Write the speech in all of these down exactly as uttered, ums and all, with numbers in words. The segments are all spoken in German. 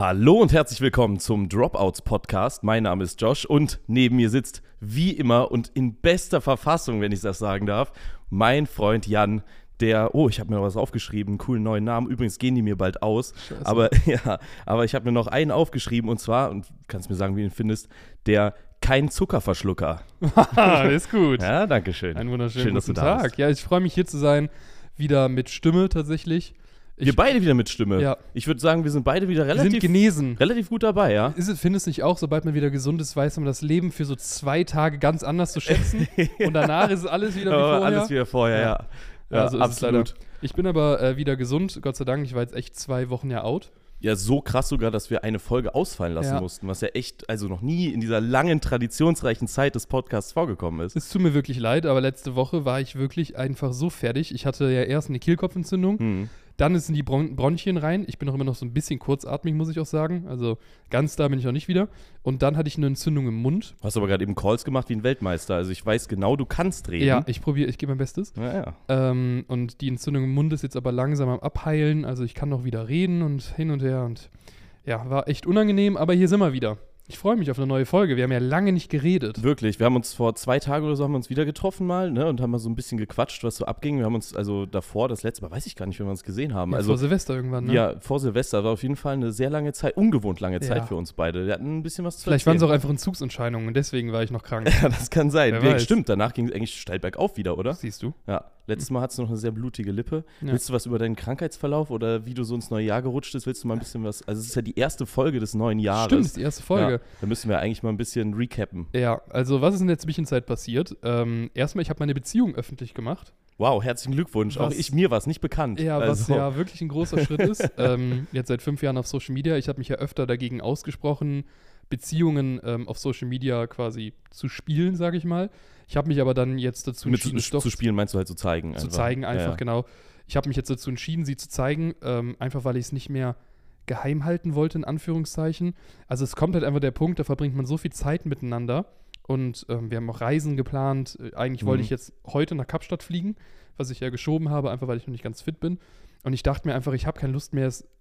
Hallo und herzlich willkommen zum Dropouts-Podcast. Mein Name ist Josh und neben mir sitzt wie immer und in bester Verfassung, wenn ich das sagen darf, mein Freund Jan, der, oh, ich habe mir noch was aufgeschrieben, einen coolen neuen Namen. Übrigens gehen die mir bald aus. Scheiße. Aber ja, aber ich habe mir noch einen aufgeschrieben und zwar, und du kannst mir sagen, wie du ihn findest, der kein Zuckerverschlucker. Das ist gut. Ja, danke schön. Einen wunderschönen Schön, dass guten du da Tag. bist. Ja, ich freue mich hier zu sein, wieder mit Stimme tatsächlich. Ich, Wir beide wieder mit Stimme. Ja. Ich würde sagen, wir sind beide wieder wir sind relativ, genesen. relativ gut dabei, ja? Ist es, findest du nicht auch, sobald man wieder gesund ist, weiß man das Leben für so zwei Tage ganz anders zu schätzen und danach ist alles wieder wie Aber vorher? alles wieder vorher, ja. Ja, Ja, so ist es absolut. leider. Ich bin aber äh, wieder gesund, Gott sei Dank. Ich war jetzt echt zwei Wochen ja out. Ja, so krass sogar, dass wir eine Folge ausfallen lassen Ja. mussten, was ja echt, also noch nie in dieser langen, traditionsreichen Zeit des Podcasts vorgekommen ist. Es tut mir wirklich leid, aber letzte Woche war ich wirklich einfach so fertig. Ich hatte ja erst eine Kehlkopfentzündung. Hm. Dann ist in die Bron- Bronchien rein. Ich bin auch immer noch so ein bisschen kurzatmig, muss ich auch sagen. Also ganz da bin ich auch nicht wieder. Und dann hatte ich eine Entzündung im Mund. Du hast aber gerade eben Calls gemacht wie ein Weltmeister. Also ich weiß genau, du kannst reden. Ja, ich probiere, ich gebe mein Bestes. Ja, ja. Ähm, und die Entzündung im Mund ist jetzt aber langsam am Abheilen. Also ich kann noch wieder reden und hin und her. Und ja, war echt unangenehm, aber hier sind wir wieder. Ich freue mich auf eine neue Folge. Wir haben ja lange nicht geredet. Wirklich, wir haben uns vor zwei Tagen oder so haben wir uns wieder getroffen mal, ne, und haben mal so ein bisschen gequatscht, was so abging. Wir haben uns also davor, das letzte Mal, weiß ich gar nicht, wenn wir uns gesehen haben. Ja, also vor Silvester irgendwann, ne? Ja, vor Silvester war auf jeden Fall eine sehr lange Zeit, ungewohnt lange Zeit Ja. für uns beide. Wir hatten ein bisschen was zu Vielleicht waren es erzählen. auch einfach Entzugsentscheidungen und deswegen war ich noch krank. Ja, das kann sein. Wer Nee, weiß. stimmt, danach ging es eigentlich steil bergauf wieder, oder? Siehst du? Ja, letztes Mal hattest du noch eine sehr blutige Lippe. Ja. Willst du was über deinen Krankheitsverlauf oder wie du so ins neue Jahr gerutscht bist? Willst du mal ein bisschen was? Also es ist ja die erste Folge des neuen Jahres. Stimmt, das ist die erste Folge. Ja, da müssen wir eigentlich mal ein bisschen recappen. Ja, also was ist in der Zwischenzeit passiert? Ähm, erstmal, ich habe meine Beziehung öffentlich gemacht. Wow, herzlichen Glückwunsch. Auch Was- ich, mir war es nicht bekannt. Ja, was also, ja wirklich ein großer Schritt ist. Ähm, jetzt seit fünf Jahren auf Social Media. Ich habe mich ja öfter dagegen ausgesprochen, Beziehungen ähm, auf Social Media quasi zu spielen, sage ich mal. Ich habe mich aber dann jetzt dazu mit entschieden, zu, es doch zu spielen meinst du halt zu zeigen. zu einfach. zeigen, einfach ja, ja. genau. Ich habe mich jetzt dazu entschieden, sie zu zeigen, ähm, einfach weil ich es nicht mehr geheim halten wollte, in Anführungszeichen. Also es kommt halt einfach der Punkt, da verbringt man so viel Zeit miteinander und ähm, wir haben auch Reisen geplant. Äh, Eigentlich wollte Mhm. ich jetzt heute nach Kapstadt fliegen, was ich ja geschoben habe, einfach weil ich noch nicht ganz fit bin. Und ich dachte mir einfach, ich habe keine Lust mehr, es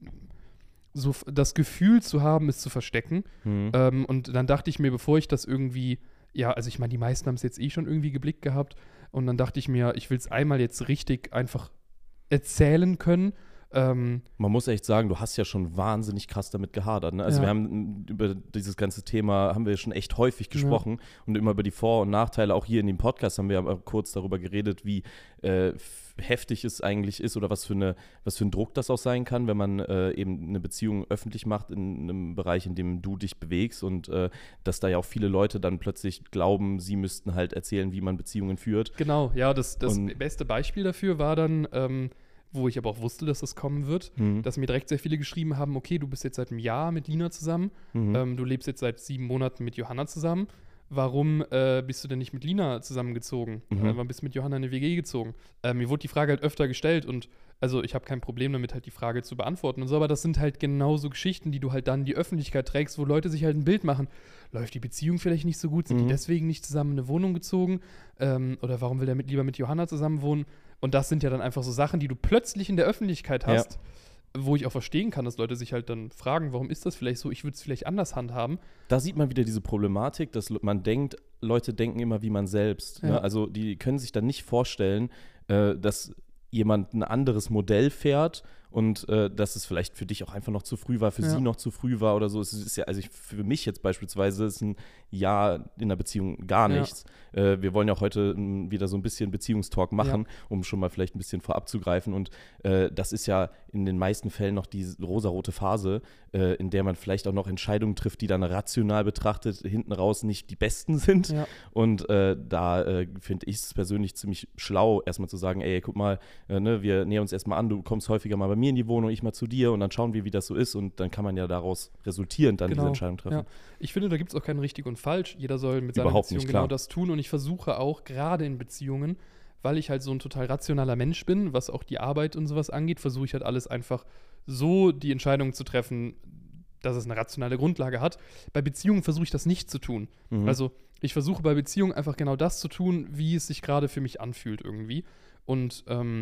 so f- das Gefühl zu haben, es zu verstecken. Mhm. Ähm, und dann dachte ich mir, bevor ich das irgendwie, ja, also ich meine, die meisten haben es jetzt eh schon irgendwie geblickt gehabt. Und dann dachte ich mir, ich will es einmal jetzt richtig einfach erzählen können. Ähm, Man muss echt sagen, du hast ja schon wahnsinnig krass damit gehadert. Ne? Also Ja. wir haben m, über dieses ganze Thema haben wir schon echt häufig gesprochen und immer über die Vor- und Nachteile. Auch hier in dem Podcast haben wir aber kurz darüber geredet, wie äh, f- heftig es eigentlich ist oder was für, eine, was für ein Druck das auch sein kann, wenn man äh, eben eine Beziehung öffentlich macht in einem Bereich, in dem du dich bewegst und äh, dass da ja auch viele Leute dann plötzlich glauben, sie müssten halt erzählen, wie man Beziehungen führt. genau, ja, das, das Und- beste Beispiel dafür war dann, ähm, wo ich aber auch wusste, dass das kommen wird, Mhm. dass mir direkt sehr viele geschrieben haben, okay, du bist jetzt seit einem Jahr mit Lina zusammen, Mhm. ähm, du lebst jetzt seit sieben Monaten mit Johanna zusammen. Warum äh, bist du denn nicht mit Lina zusammengezogen? Mhm. Äh, warum bist du mit Johanna in eine W G gezogen? Äh, mir wurde die Frage halt öfter gestellt und also ich habe kein Problem damit, halt die Frage zu beantworten und so, aber das sind halt genauso Geschichten, die du halt dann in die Öffentlichkeit trägst, wo Leute sich halt ein Bild machen. Läuft die Beziehung vielleicht nicht so gut? Sind Mhm. die deswegen nicht zusammen in eine Wohnung gezogen? Ähm, oder warum will der mit, lieber mit Johanna zusammen wohnen? Und das sind ja dann einfach so Sachen, die du plötzlich in der Öffentlichkeit Ja. hast, wo ich auch verstehen kann, dass Leute sich halt dann fragen, warum ist das vielleicht so? Ich würde es vielleicht anders handhaben. Da sieht man wieder diese Problematik, dass man denkt, Leute denken immer wie man selbst. Ja. Ne? Also die können sich dann nicht vorstellen, äh, dass jemand ein anderes Modell fährt und äh, dass es vielleicht für dich auch einfach noch zu früh war, für Ja. sie noch zu früh war oder so. Es ist ja, also ich, für mich jetzt beispielsweise ist ein Jahr in der Beziehung gar Ja. nichts. Äh, wir wollen ja auch heute m, wieder so ein bisschen Beziehungstalk machen, um schon mal vielleicht ein bisschen vorab zu greifen. Und äh, das ist ja in den meisten Fällen noch die rosarote Phase, äh, in der man vielleicht auch noch Entscheidungen trifft, die dann rational betrachtet hinten raus nicht die besten sind. Ja. Und äh, da äh, finde ich es persönlich ziemlich schlau, erstmal zu sagen, ey, guck mal, äh, ne, wir nähern uns erstmal an, du kommst häufiger mal bei mir in die Wohnung, ich mal zu dir und dann schauen wir, wie das so ist und dann kann man ja daraus resultierend dann diese Genau, Entscheidung treffen. Ja. Ich finde, da gibt es auch kein richtig und falsch. Jeder soll mit seiner Überhaupt Beziehung nicht, genau klar. das tun. Und ich versuche auch, gerade in Beziehungen, weil ich halt so ein total rationaler Mensch bin, was auch die Arbeit und sowas angeht, versuche ich halt alles einfach so die Entscheidung zu treffen, dass es eine rationale Grundlage hat. Bei Beziehungen versuche ich das nicht zu tun. Mhm. Also ich versuche bei Beziehungen einfach genau das zu tun, wie es sich gerade für mich anfühlt irgendwie. Und ähm,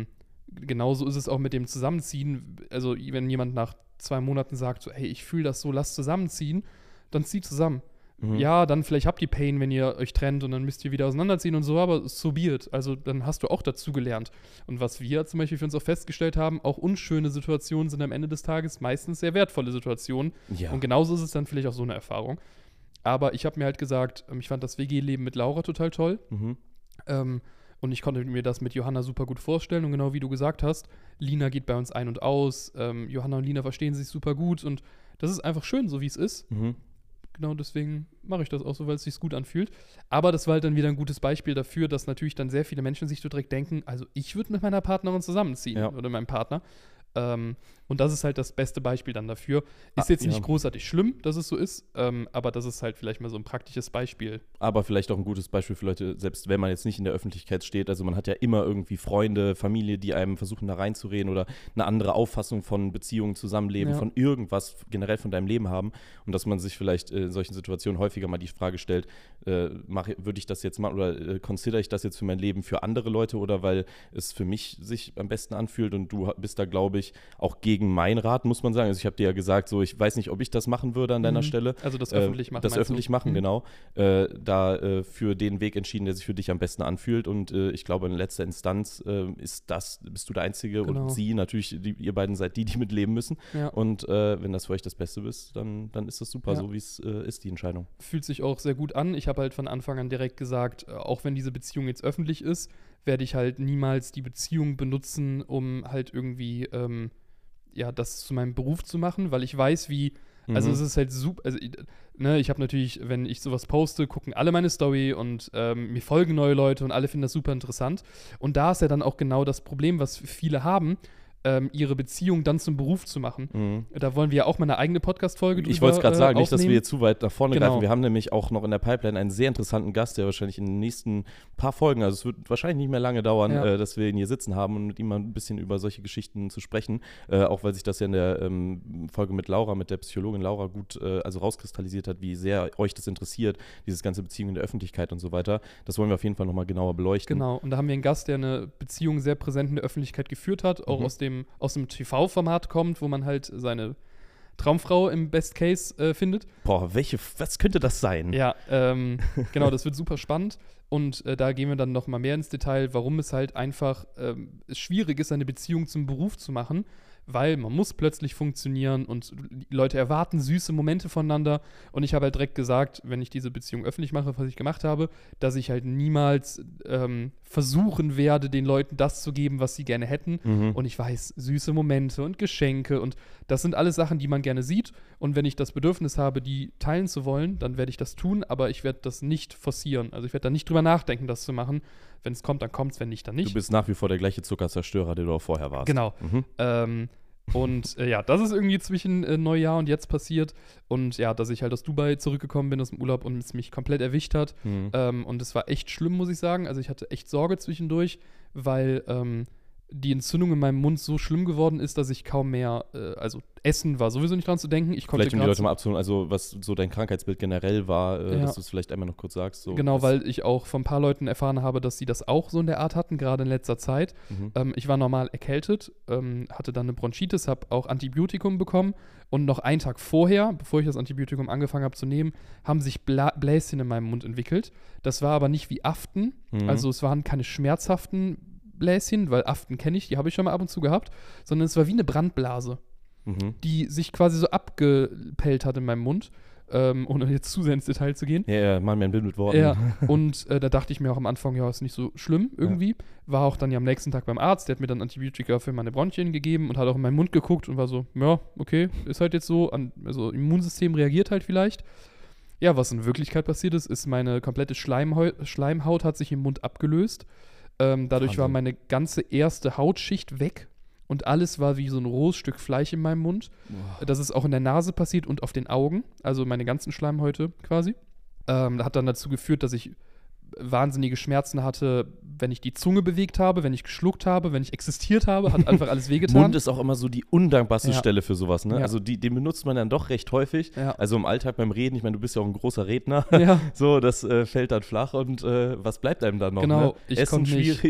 genauso ist es auch mit dem Zusammenziehen. Also wenn jemand nach zwei Monaten sagt, so, hey, ich fühle das so, lass zusammenziehen, dann zieh zusammen. Mhm. Ja, dann vielleicht habt ihr Pain, wenn ihr euch trennt und dann müsst ihr wieder auseinanderziehen und so, aber so be it. Also dann hast du auch dazu gelernt. Und was wir zum Beispiel für uns auch festgestellt haben, auch unschöne Situationen sind am Ende des Tages meistens sehr wertvolle Situationen. Ja. Und genauso ist es dann vielleicht auch so eine Erfahrung. Aber ich habe mir halt gesagt, ich fand das W G-Leben mit Laura total toll. Mhm. Ähm, und ich konnte mir das mit Johanna super gut vorstellen. Und genau wie du gesagt hast, Lina geht bei uns ein und aus. Ähm, Johanna und Lina verstehen sich super gut. Und das ist einfach schön, so wie es ist. Mhm. Genau deswegen mache ich das auch so, weil es sich gut anfühlt. Aber das war halt dann wieder ein gutes Beispiel dafür, dass natürlich dann sehr viele Menschen sich so direkt denken, also ich würde mit meiner Partnerin zusammenziehen ja. oder meinem Partner. Ähm, und das ist halt das beste Beispiel dann dafür. Ist ah, jetzt nicht ja. großartig schlimm, dass es so ist, ähm, aber das ist halt vielleicht mal so ein praktisches Beispiel. Aber vielleicht auch ein gutes Beispiel für Leute, selbst wenn man jetzt nicht in der Öffentlichkeit steht. Also man hat ja immer irgendwie Freunde, Familie, die einem versuchen da reinzureden oder eine andere Auffassung von Beziehungen, Zusammenleben, Ja. von irgendwas generell von deinem Leben haben. Und dass man sich vielleicht in solchen Situationen häufiger mal die Frage stellt, äh, würde ich das jetzt machen oder äh, consider ich das jetzt für mein Leben für andere Leute oder weil es für mich sich am besten anfühlt und du bist da, glaube ich, auch gegen meinen Rat, muss man sagen. Also ich habe dir ja gesagt, so ich weiß nicht, ob ich das machen würde an deiner Mhm. Stelle. Also das Äh, öffentlich machen. Das meinst öffentlich du? machen, Mhm. genau. Äh, da äh, für den Weg entschieden, der sich für dich am besten anfühlt. Und äh, ich glaube, in letzter Instanz äh, ist das, bist du der Einzige Genau. und sie natürlich, die, ihr beiden seid die, die mit leben müssen. Ja. Und äh, wenn das für euch das Beste ist, dann, dann ist das super, Ja. so wie es äh, ist, die Entscheidung. Fühlt sich auch sehr gut an. Ich habe halt von Anfang an direkt gesagt, äh, auch wenn diese Beziehung jetzt öffentlich ist, werde ich halt niemals die Beziehung benutzen, um halt irgendwie ähm, ja, das zu meinem Beruf zu machen, weil ich weiß, wie, also Mhm. es ist halt super, also ne, ich habe natürlich, wenn ich sowas poste, gucken alle meine Story und ähm, mir folgen neue Leute und alle finden das super interessant. Und da ist ja dann auch genau das Problem, was viele haben, ähm, ihre Beziehung dann zum Beruf zu machen. Mhm. Da wollen wir ja auch mal eine eigene Podcast-Folge drüber Ich wollte es gerade sagen, äh, nicht, dass wir aufnehmen. jetzt zu weit nach vorne Genau. greifen. Wir haben nämlich auch noch in der Pipeline einen sehr interessanten Gast, der wahrscheinlich in den nächsten paar Folgen, also es wird wahrscheinlich nicht mehr lange dauern, Ja. äh, dass wir ihn hier sitzen haben und mit ihm mal ein bisschen über solche Geschichten zu sprechen. Äh, auch weil sich das ja in der ähm, Folge mit Laura, mit der Psychologin Laura gut äh, also rauskristallisiert hat, wie sehr euch das interessiert, dieses ganze Beziehung in der Öffentlichkeit und so weiter. Das wollen wir auf jeden Fall nochmal genauer beleuchten. Genau, und da haben wir einen Gast, der eine Beziehung sehr präsent in der Öffentlichkeit geführt hat, auch Mhm. aus dem, aus dem T V-Format kommt, wo man halt seine Traumfrau im Best Case äh, findet. Boah, welche, was könnte das sein? Ja, ähm, genau, das wird super spannend. Und äh, da gehen wir dann noch mal mehr ins Detail, warum es halt einfach ähm, schwierig ist, eine Beziehung zum Beruf zu machen, weil man muss plötzlich funktionieren und die Leute erwarten süße Momente voneinander. Und ich habe halt direkt gesagt, wenn ich diese Beziehung öffentlich mache, was ich gemacht habe, dass ich halt niemals ähm, versuchen werde, den Leuten das zu geben, was sie gerne hätten. Mhm. Und ich weiß, süße Momente und Geschenke und das sind alles Sachen, die man gerne sieht. Und wenn ich das Bedürfnis habe, die teilen zu wollen, dann werde ich das tun, aber ich werde das nicht forcieren. Also ich werde da nicht drüber nachdenken, das zu machen. Wenn es kommt, dann kommt es, wenn nicht, dann nicht. Du bist nach wie vor der gleiche Zuckerzerstörer, der du auch vorher warst. Genau. Mhm. Ähm, und äh, ja, das ist irgendwie zwischen äh, Neujahr und jetzt passiert. Und ja, dass ich halt aus Dubai zurückgekommen bin aus dem Urlaub und es mich komplett erwischt hat. Mhm. Ähm, und es war echt schlimm, muss ich sagen. Also ich hatte echt Sorge zwischendurch, weil ähm, die Entzündung in meinem Mund so schlimm geworden ist, dass ich kaum mehr, äh, also Essen war sowieso nicht dran zu denken. Ich konnte Vielleicht, um die grad Leute mal abzuholen, also was so dein Krankheitsbild generell war, äh, Ja. dass du es vielleicht einmal noch kurz sagst. So. Genau, Das- weil ich auch von ein paar Leuten erfahren habe, dass sie das auch so in der Art hatten, gerade in letzter Zeit. Mhm. Ähm, ich war normal erkältet, ähm, hatte dann eine Bronchitis, habe auch Antibiotikum bekommen und noch einen Tag vorher, bevor ich das Antibiotikum angefangen habe zu nehmen, haben sich Bla Bläschen in meinem Mund entwickelt. Das war aber nicht wie Aften, Mhm. also es waren keine schmerzhaften Bläschen, weil Aften kenne ich, die habe ich schon mal ab und zu gehabt, sondern es war wie eine Brandblase, Mhm. die sich quasi so abgepellt hat in meinem Mund, ähm, ohne jetzt zu sehr ins Detail zu gehen. Ja, ja, mal mir ein Bild mit Worten. Ja, und äh, da dachte ich mir auch am Anfang, ja, ist nicht so schlimm irgendwie. War auch dann ja am nächsten Tag beim Arzt, der hat mir dann Antibiotika für meine Bronchien gegeben und hat auch in meinen Mund geguckt und war so, ja, okay, ist halt jetzt so, an, also Immunsystem reagiert halt vielleicht. Ja, was in Wirklichkeit passiert ist, ist meine komplette Schleimhau Schleimhaut hat sich im Mund abgelöst. Ähm, dadurch war Wahnsinn. meine ganze erste Hautschicht weg und alles war wie so ein rohes Stück Fleisch in meinem Mund. Boah. Das ist auch in der Nase passiert und auf den Augen, also meine ganzen Schleimhäute quasi. Ähm, das hat dann dazu geführt, dass ich wahnsinnige Schmerzen hatte, wenn ich die Zunge bewegt habe, wenn ich geschluckt habe, wenn ich existiert habe, hat einfach alles wehgetan. Mund ist auch immer so die undankbarste Ja. Stelle für sowas, ne? Ja. Also die, den benutzt man dann doch recht häufig. Ja. Also im Alltag beim Reden, ich meine, du bist ja auch ein großer Redner. Ja. So, das äh, fällt dann flach und äh, was bleibt einem dann noch? Genau, ne? ich Essen konnte nicht- schwierig.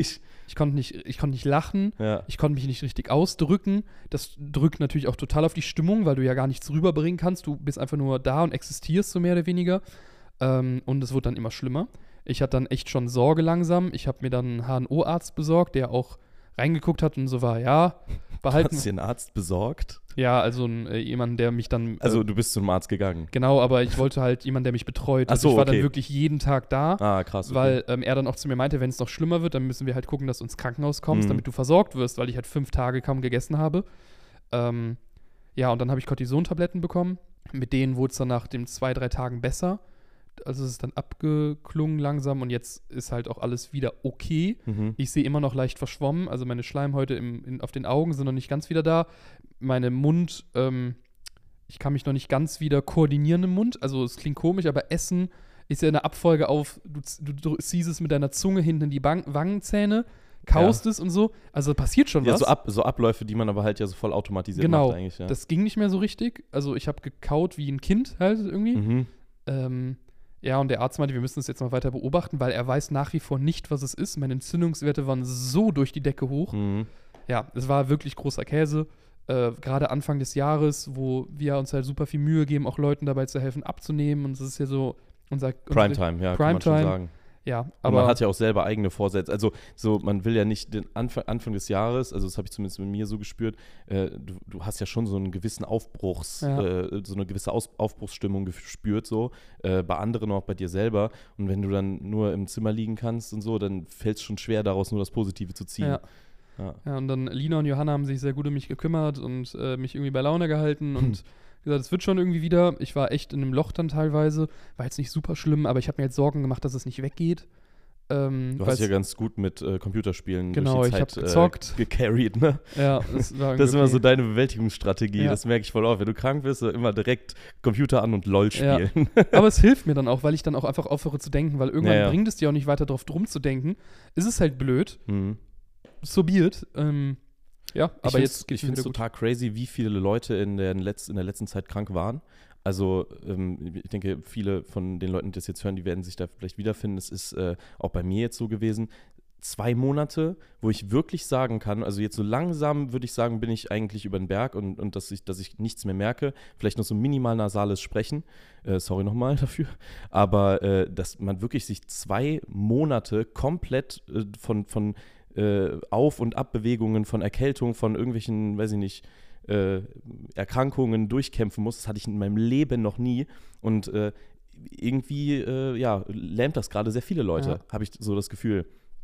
Ich konnte nicht, ich konnte nicht lachen. Ja. Ich konnte mich nicht richtig ausdrücken. Das drückt natürlich auch total auf die Stimmung, weil du ja gar nichts rüberbringen kannst. Du bist einfach nur da und existierst so mehr oder weniger. Ähm, und es wurde dann immer schlimmer. Ich hatte dann echt schon Sorge langsam. Ich habe mir dann einen H N O-Arzt besorgt, der auch reingeguckt hat und so war, ja, behalten. Hast du den Arzt besorgt? Ja, also ein, äh, jemand, der mich dann. Äh, Also du bist zum Arzt gegangen. Genau, aber ich wollte halt jemanden, der mich betreut. Ach so, also ich war okay. dann wirklich jeden Tag da, Ah, krass. Okay. weil ähm, er dann auch zu mir meinte, wenn es noch schlimmer wird, dann müssen wir halt gucken, dass du ins Krankenhaus kommst, Mhm. damit du versorgt wirst, weil ich halt fünf Tage kaum gegessen habe. Ähm, ja, und dann habe ich Cortison-Tabletten bekommen. Mit denen wurde es dann nach den zwei, drei Tagen besser. Also es ist dann abgeklungen langsam und jetzt ist halt auch alles wieder okay. Mhm. Ich sehe immer noch leicht verschwommen, also meine Schleimhäute im, in, auf den Augen sind noch nicht ganz wieder da. Meine Mund, ähm, ich kann mich noch nicht ganz wieder koordinieren im Mund. Also es klingt komisch, aber Essen ist ja eine Abfolge auf, du, du, du ziehst es mit deiner Zunge hinten in die Bang- Wangenzähne, kaust es und so. Also passiert schon Ja, was. so, Ab, so Abläufe, die man aber halt ja so voll automatisiert Genau, macht eigentlich. Ja. das ging nicht mehr so richtig. Also ich habe gekaut wie ein Kind halt irgendwie. Mhm. Ähm, ja, und der Arzt meinte, wir müssen es jetzt mal weiter beobachten, weil er weiß nach wie vor nicht, was es ist. Meine Entzündungswerte waren so durch die Decke hoch. Mhm. Ja, es war wirklich großer Käse. Äh, Gerade Anfang des Jahres, wo wir uns halt super viel Mühe geben, auch Leuten dabei zu helfen, abzunehmen. Und das ist ja so unser Primetime, ja, kann man schon Primetime. sagen. Ja, Aber aber man hat ja auch selber eigene Vorsätze. Also so, man will ja nicht den Anfang, Anfang des Jahres, also das habe ich zumindest mit mir so gespürt, äh, du, du hast ja schon so einen gewissen Aufbruchs, Ja. äh, so eine gewisse Aus, Aufbruchsstimmung gespürt, so, äh, bei anderen und auch bei dir selber. Und wenn du dann nur im Zimmer liegen kannst und so, dann fällt es schon schwer, daraus nur das Positive zu ziehen. ja. Ja. Ja, und dann Lina und Johanna haben sich sehr gut um mich gekümmert und äh, mich irgendwie bei Laune gehalten und gesagt, es wird schon irgendwie wieder. Ich war echt in einem Loch dann teilweise, war jetzt nicht super schlimm, aber ich habe mir jetzt Sorgen gemacht, dass es nicht weggeht. Ähm, Du weil's- hast ja ganz gut mit äh, Computerspielen Genau, durch ich die hab Zeit gezockt. äh, gecarried, ne? ja, das war Das ist immer irgendwie so okay. deine Bewältigungsstrategie, Ja. das merke ich voll auf. Wenn du krank bist, so immer direkt Computer an und LOL Ja. spielen. Aber es hilft mir dann auch, weil ich dann auch einfach aufhöre zu denken, weil irgendwann Ja, ja. bringt es dir auch nicht weiter drauf drum zu denken. Es ist halt blöd, Mhm. so be it. Ähm, ja, Ich aber find's- jetzt geht's Ich mir finde es wieder gut. total crazy, wie viele Leute in der, Letz-, in der letzten Zeit krank waren. Also ähm, ich denke, viele von den Leuten, die das jetzt hören, die werden sich da vielleicht wiederfinden. Es ist äh, auch bei mir jetzt so gewesen. Zwei Monate, wo ich wirklich sagen kann, also jetzt so langsam würde ich sagen, bin ich eigentlich über den Berg und, und dass, ich, dass ich nichts mehr merke. Vielleicht noch so minimal nasales Sprechen. Äh, sorry nochmal dafür. Aber äh, dass man wirklich sich zwei Monate komplett äh, von, von äh, Auf- und Abbewegungen, von Erkältung, von irgendwelchen, weiß ich nicht, äh, Erkrankungen durchkämpfen muss, das hatte ich in meinem Leben noch nie. Und äh, irgendwie, äh, ja, lähmt das gerade sehr viele Leute, Ja. habe ich so das Gefühl.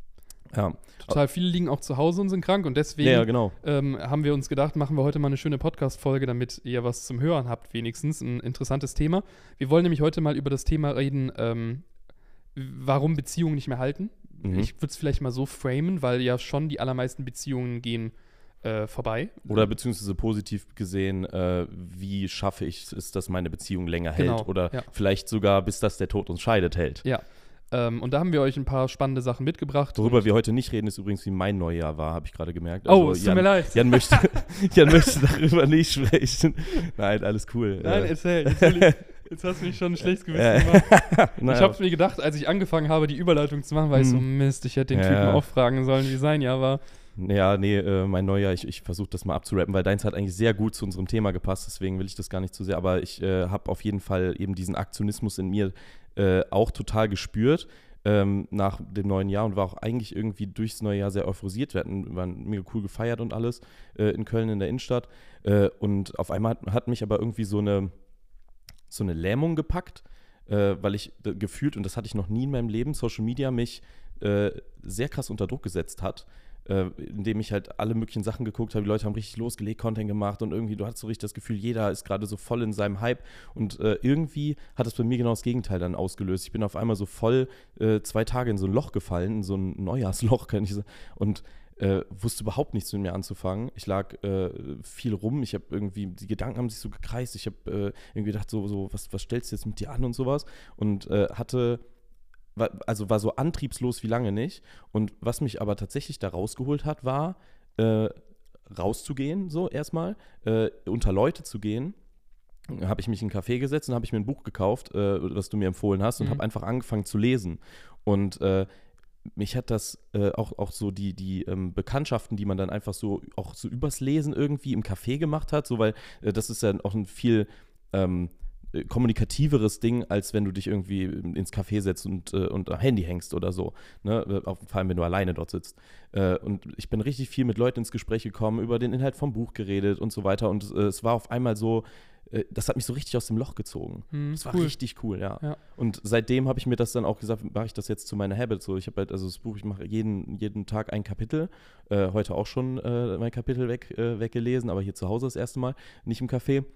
Ja, Total viele liegen auch zu Hause und sind krank und deswegen ja, genau. ähm, haben wir uns gedacht, machen wir heute mal eine schöne Podcast-Folge, damit ihr was zum Hören habt, wenigstens. Ein interessantes Thema. Wir wollen nämlich heute mal über das Thema reden, ähm, warum Beziehungen nicht mehr halten. Mhm. Ich würde es vielleicht mal so framen, weil ja schon die allermeisten Beziehungen gehen äh, vorbei. Oder beziehungsweise positiv gesehen, äh, wie schaffe ich es, dass meine Beziehung länger Genau, hält? Oder ja. vielleicht sogar, bis das der Tod uns scheidet, hält. Ja. Ähm, und da haben wir euch ein paar spannende Sachen mitgebracht. Worüber und wir heute nicht reden, ist übrigens, wie mein Neujahr war, habe ich gerade gemerkt. Oh, es tut Jan, mir leid. Jan möchte, Jan möchte darüber nicht sprechen. Nein, alles cool. Nein, Äh, erzähl. Jetzt, will ich, jetzt hast du mich schon ein schlechtes Gewissen äh, gemacht. naja. Ich habe mir gedacht, als ich angefangen habe, die Überleitung zu machen, war ich so, Hm. Mist, ich hätte den Ja, Typen ja. auch fragen sollen, wie sein Jahr war. Ja, nee, äh, mein Neujahr, ich, ich versuche das mal abzurappen, weil deins hat eigentlich sehr gut zu unserem Thema gepasst, deswegen will ich das gar nicht zu sehr, aber ich äh, habe auf jeden Fall eben diesen Aktionismus in mir äh, auch total gespürt ähm, nach dem neuen Jahr und war auch eigentlich irgendwie durchs neue Jahr sehr euphorisiert. Wir hatten, waren mega cool gefeiert und alles äh, in Köln in der Innenstadt äh, und auf einmal hat, hat mich aber irgendwie so eine, so eine Lähmung gepackt, äh, weil ich äh, gefühlt, und das hatte ich noch nie in meinem Leben, Social Media mich äh, sehr krass unter Druck gesetzt hat, äh, indem ich halt alle möglichen Sachen geguckt habe. Die Leute haben richtig losgelegt, Content gemacht und irgendwie, du hast so richtig das Gefühl, jeder ist gerade so voll in seinem Hype und äh, irgendwie hat das bei mir genau das Gegenteil dann ausgelöst. Ich bin auf einmal so voll äh, zwei Tage in so ein Loch gefallen, in so ein Neujahrsloch, kann ich sagen, und äh, wusste überhaupt nichts mit mir anzufangen. Ich lag äh, viel rum, ich habe irgendwie, die Gedanken haben sich so gekreist, ich habe äh, irgendwie gedacht, so, so was, was stellst du jetzt mit dir an und sowas und äh, hatte war, also war so antriebslos wie lange nicht. Und was mich aber tatsächlich da rausgeholt hat, war, äh, rauszugehen, so erstmal, äh, unter Leute zu gehen. Habe ich mich in einen Café gesetzt und habe ich mir ein Buch gekauft, äh, was du mir empfohlen hast, und Mhm. habe einfach angefangen zu lesen. Und äh, mich hat das äh, auch, auch so die, die ähm, Bekanntschaften, die man dann einfach so auch so übers Lesen irgendwie im Café gemacht hat, so weil äh, das ist ja auch ein viel ähm, kommunikativeres Ding, als wenn du dich irgendwie ins Café setzt und, äh, und am Handy hängst oder so, ne? Auf, vor allem, wenn du alleine dort sitzt. Äh, und ich bin richtig viel mit Leuten ins Gespräch gekommen, über den Inhalt vom Buch geredet und so weiter und äh, es war auf einmal so, äh, das hat mich so richtig aus dem Loch gezogen. Hm, das war cool. richtig cool, ja. Ja. Und seitdem habe ich mir das dann auch gesagt, mache ich das jetzt zu meiner Habit, so ich habe halt, also das Buch, ich mache jeden, jeden Tag ein Kapitel, äh, heute auch schon äh, mein Kapitel weg, äh, weggelesen, aber hier zu Hause das erste Mal, nicht im Café.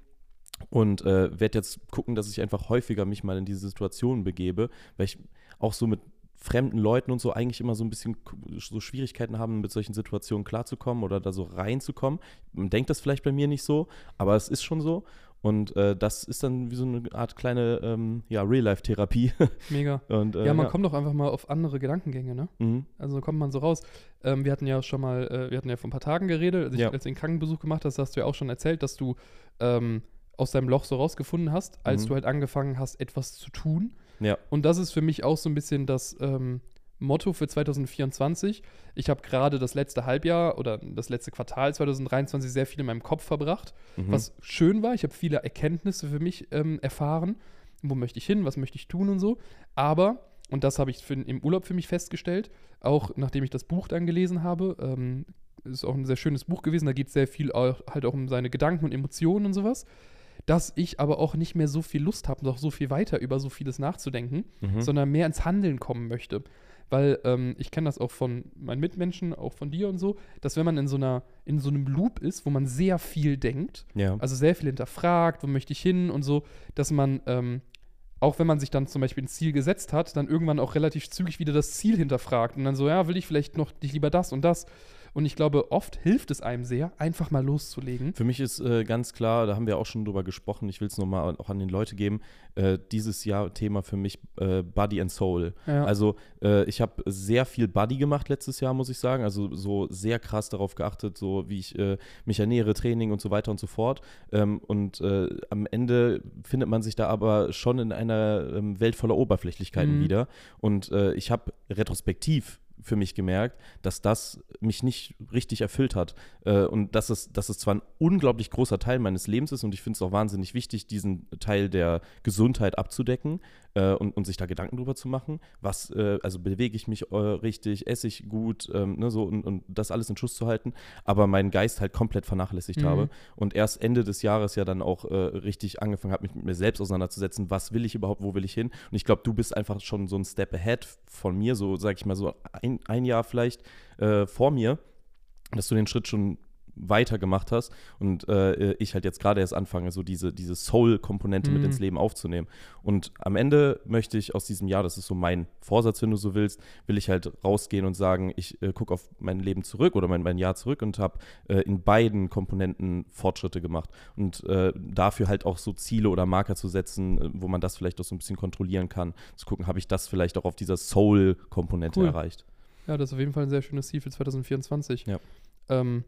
Und äh, werde jetzt gucken, dass ich einfach häufiger mich mal in diese Situationen begebe, weil ich auch so mit fremden Leuten und so eigentlich immer so ein bisschen so Schwierigkeiten haben, mit solchen Situationen klarzukommen oder da so reinzukommen. Man denkt das vielleicht bei mir nicht so, aber es ist schon so. Und äh, das ist dann wie so eine Art kleine ähm, ja, Real-Life-Therapie. Mega. Und, äh, ja, man ja. kommt doch einfach mal auf andere Gedankengänge, ne? Mhm. Also kommt man so raus. Ähm, wir hatten ja schon mal, äh, wir hatten ja vor ein paar Tagen geredet, als, ich, Ja. als du den Krankenbesuch gemacht hast, hast du ja auch schon erzählt, dass du ähm, aus deinem Loch so rausgefunden hast, als Mhm. du halt angefangen hast, etwas zu tun. Ja. Und das ist für mich auch so ein bisschen das ähm, Motto für zwanzig vierundzwanzig. Ich habe gerade das letzte Halbjahr oder das letzte Quartal zwanzig dreiundzwanzig sehr viel in meinem Kopf verbracht, Mhm. was schön war. Ich habe viele Erkenntnisse für mich ähm, erfahren. Wo möchte ich hin, was möchte ich tun und so. Aber, und das habe ich für, im Urlaub für mich festgestellt, auch nachdem ich das Buch dann gelesen habe, ähm, ist auch ein sehr schönes Buch gewesen, da geht es sehr viel auch, halt auch um seine Gedanken und Emotionen und sowas, dass ich aber auch nicht mehr so viel Lust habe, noch so viel weiter über so vieles nachzudenken, Mhm. sondern mehr ins Handeln kommen möchte. Weil ähm, ich kenne das auch von meinen Mitmenschen, auch von dir und so, dass wenn man in so einer, in so einem Loop ist, wo man sehr viel denkt, Ja. also sehr viel hinterfragt, wo möchte ich hin und so, dass man, ähm, auch wenn man sich dann zum Beispiel ein Ziel gesetzt hat, dann irgendwann auch relativ zügig wieder das Ziel hinterfragt und dann so, ja, will ich vielleicht noch nicht lieber das und das. Und ich glaube, oft hilft es einem sehr, einfach mal loszulegen. Für mich ist äh, ganz klar, da haben wir auch schon drüber gesprochen, ich will es nochmal auch an den Leute geben, äh, dieses Jahr Thema für mich äh, Body and Soul. Ja. Also äh, ich habe sehr viel Body gemacht letztes Jahr, muss ich sagen, also so sehr krass darauf geachtet, so wie ich äh, mich ernähre, Training und so weiter und so fort. Ähm, und äh, am Ende findet man sich da aber schon in einer ähm, Welt voller Oberflächlichkeiten Mhm. wieder. Und äh, ich habe retrospektiv für mich gemerkt, dass das mich nicht richtig erfüllt hat. Äh, und dass es, dass es zwar ein unglaublich großer Teil meines Lebens ist und ich finde es auch wahnsinnig wichtig, diesen Teil der Gesundheit abzudecken äh, und, und sich da Gedanken drüber zu machen. Was, äh, also bewege ich mich äh, richtig, esse ich gut, ähm, ne, so und, und das alles in Schuss zu halten, aber meinen Geist halt komplett vernachlässigt Mhm. habe und erst Ende des Jahres ja dann auch äh, richtig angefangen habe, mich mit mir selbst auseinanderzusetzen, was will ich überhaupt, wo will ich hin? Und ich glaube, du bist einfach schon so ein Step ahead von mir, so sag ich mal so ein ein, ein Jahr vielleicht äh, vor mir, dass du den Schritt schon weiter gemacht hast und äh, ich halt jetzt gerade erst anfange, so diese, diese Soul-Komponente Mhm. mit ins Leben aufzunehmen. Und am Ende möchte ich aus diesem Jahr, das ist so mein Vorsatz, wenn du so willst, will ich halt rausgehen und sagen, ich äh, gucke auf mein Leben zurück oder mein, mein Jahr zurück und habe äh, in beiden Komponenten Fortschritte gemacht. Und äh, dafür halt auch so Ziele oder Marker zu setzen, äh, wo man das vielleicht auch so ein bisschen kontrollieren kann, zu gucken, habe ich das vielleicht auch auf dieser Soul-Komponente Cool. erreicht. Ja, das ist auf jeden Fall ein sehr schönes Ziel für zwanzig vierundzwanzig. Ja. Ähm,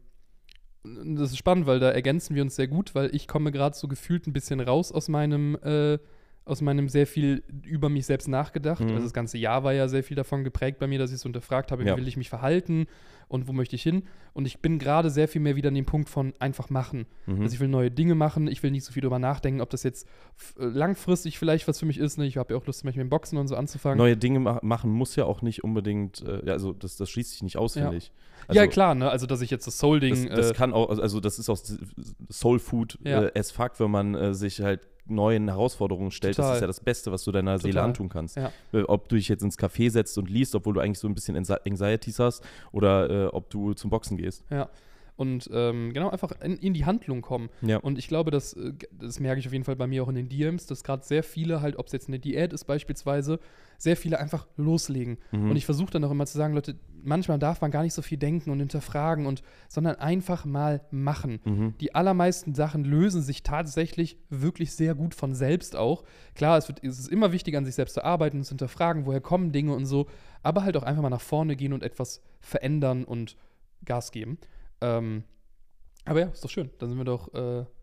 das ist spannend, weil da ergänzen wir uns sehr gut, weil ich komme gerade so gefühlt ein bisschen raus aus meinem, äh, aus meinem sehr viel über mich selbst nachgedacht. Mhm. Also das ganze Jahr war ja sehr viel davon geprägt bei mir, dass ich so hinterfragt habe, Ja. wie will ich mich verhalten und wo möchte ich hin. Und ich bin gerade sehr viel mehr wieder an dem Punkt von einfach machen. Mhm. Also ich will neue Dinge machen, ich will nicht so viel drüber nachdenken, ob das jetzt f- äh, langfristig vielleicht was für mich ist. Ne? Ich habe ja auch Lust, zum Beispiel mit dem Boxen und so anzufangen. Neue Dinge ma- machen muss ja auch nicht unbedingt, äh, ja, also das, das schließt sich nicht aus, Ja. finde ich. Also, ja, klar, ne? Also dass ich jetzt das Soul-Ding Das, das äh, kann auch, also das ist auch Soul Food Ja. äh, as fuck, wenn man äh, sich halt neuen Herausforderungen stellt. Total. Das ist ja das Beste, was du deiner Seele Total. antun kannst. Ja. Äh, ob du dich jetzt ins Café setzt und liest, obwohl du eigentlich so ein bisschen Anxi- Anxieties hast, oder äh, ob du zum Boxen gehst. Ja. Und ähm, genau, einfach in, in die Handlung kommen. Ja. Und ich glaube, das, äh, das merke ich auf jeden Fall bei mir auch in den D Ms, dass gerade sehr viele halt, ob es jetzt eine Diät ist beispielsweise, sehr viele einfach loslegen. Mhm. Und ich versuche dann auch immer zu sagen, Leute, manchmal darf man gar nicht so viel denken und hinterfragen, und, sondern einfach mal machen. Mhm. Die allermeisten Sachen lösen sich tatsächlich wirklich sehr gut von selbst auch. Klar, es, wird, es ist immer wichtig, an sich selbst zu arbeiten und zu hinterfragen, woher kommen Dinge und so, aber halt auch einfach mal nach vorne gehen und etwas verändern und Gas geben. Ähm, aber ja, ist doch schön. Dann sind wir doch äh,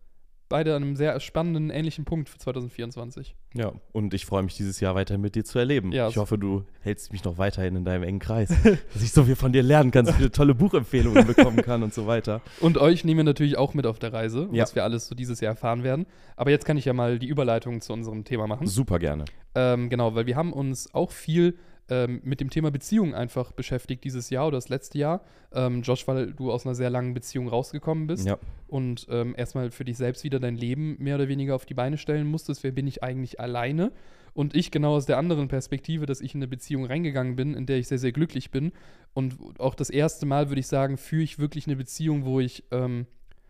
beide an einem sehr spannenden, ähnlichen Punkt für zwanzig vierundzwanzig. Ja, und ich freue mich, dieses Jahr weiterhin mit dir zu erleben. Ja, ich hoffe, du hältst mich noch weiterhin in deinem engen Kreis, dass ich so viel von dir lernen kann, so viele tolle Buchempfehlungen bekommen kann und so weiter. Und euch nehmen wir natürlich auch mit auf der Reise, Ja. was wir alles so dieses Jahr erfahren werden. Aber jetzt kann ich ja mal die Überleitung zu unserem Thema machen. Super gerne. Ähm, genau, weil wir haben uns auch viel ähm, mit dem Thema Beziehung einfach beschäftigt dieses Jahr oder das letzte Jahr. Ähm, Josh, weil du aus einer sehr langen Beziehung rausgekommen bist Ja. und ähm, erstmal für dich selbst wieder dein Leben mehr oder weniger auf die Beine stellen musstest. Wer bin ich eigentlich alleine? Und ich genau aus der anderen Perspektive, dass ich in eine Beziehung reingegangen bin, in der ich sehr, sehr glücklich bin. Und auch das erste Mal, würde ich sagen, führe ich wirklich eine Beziehung, wo ich ähm,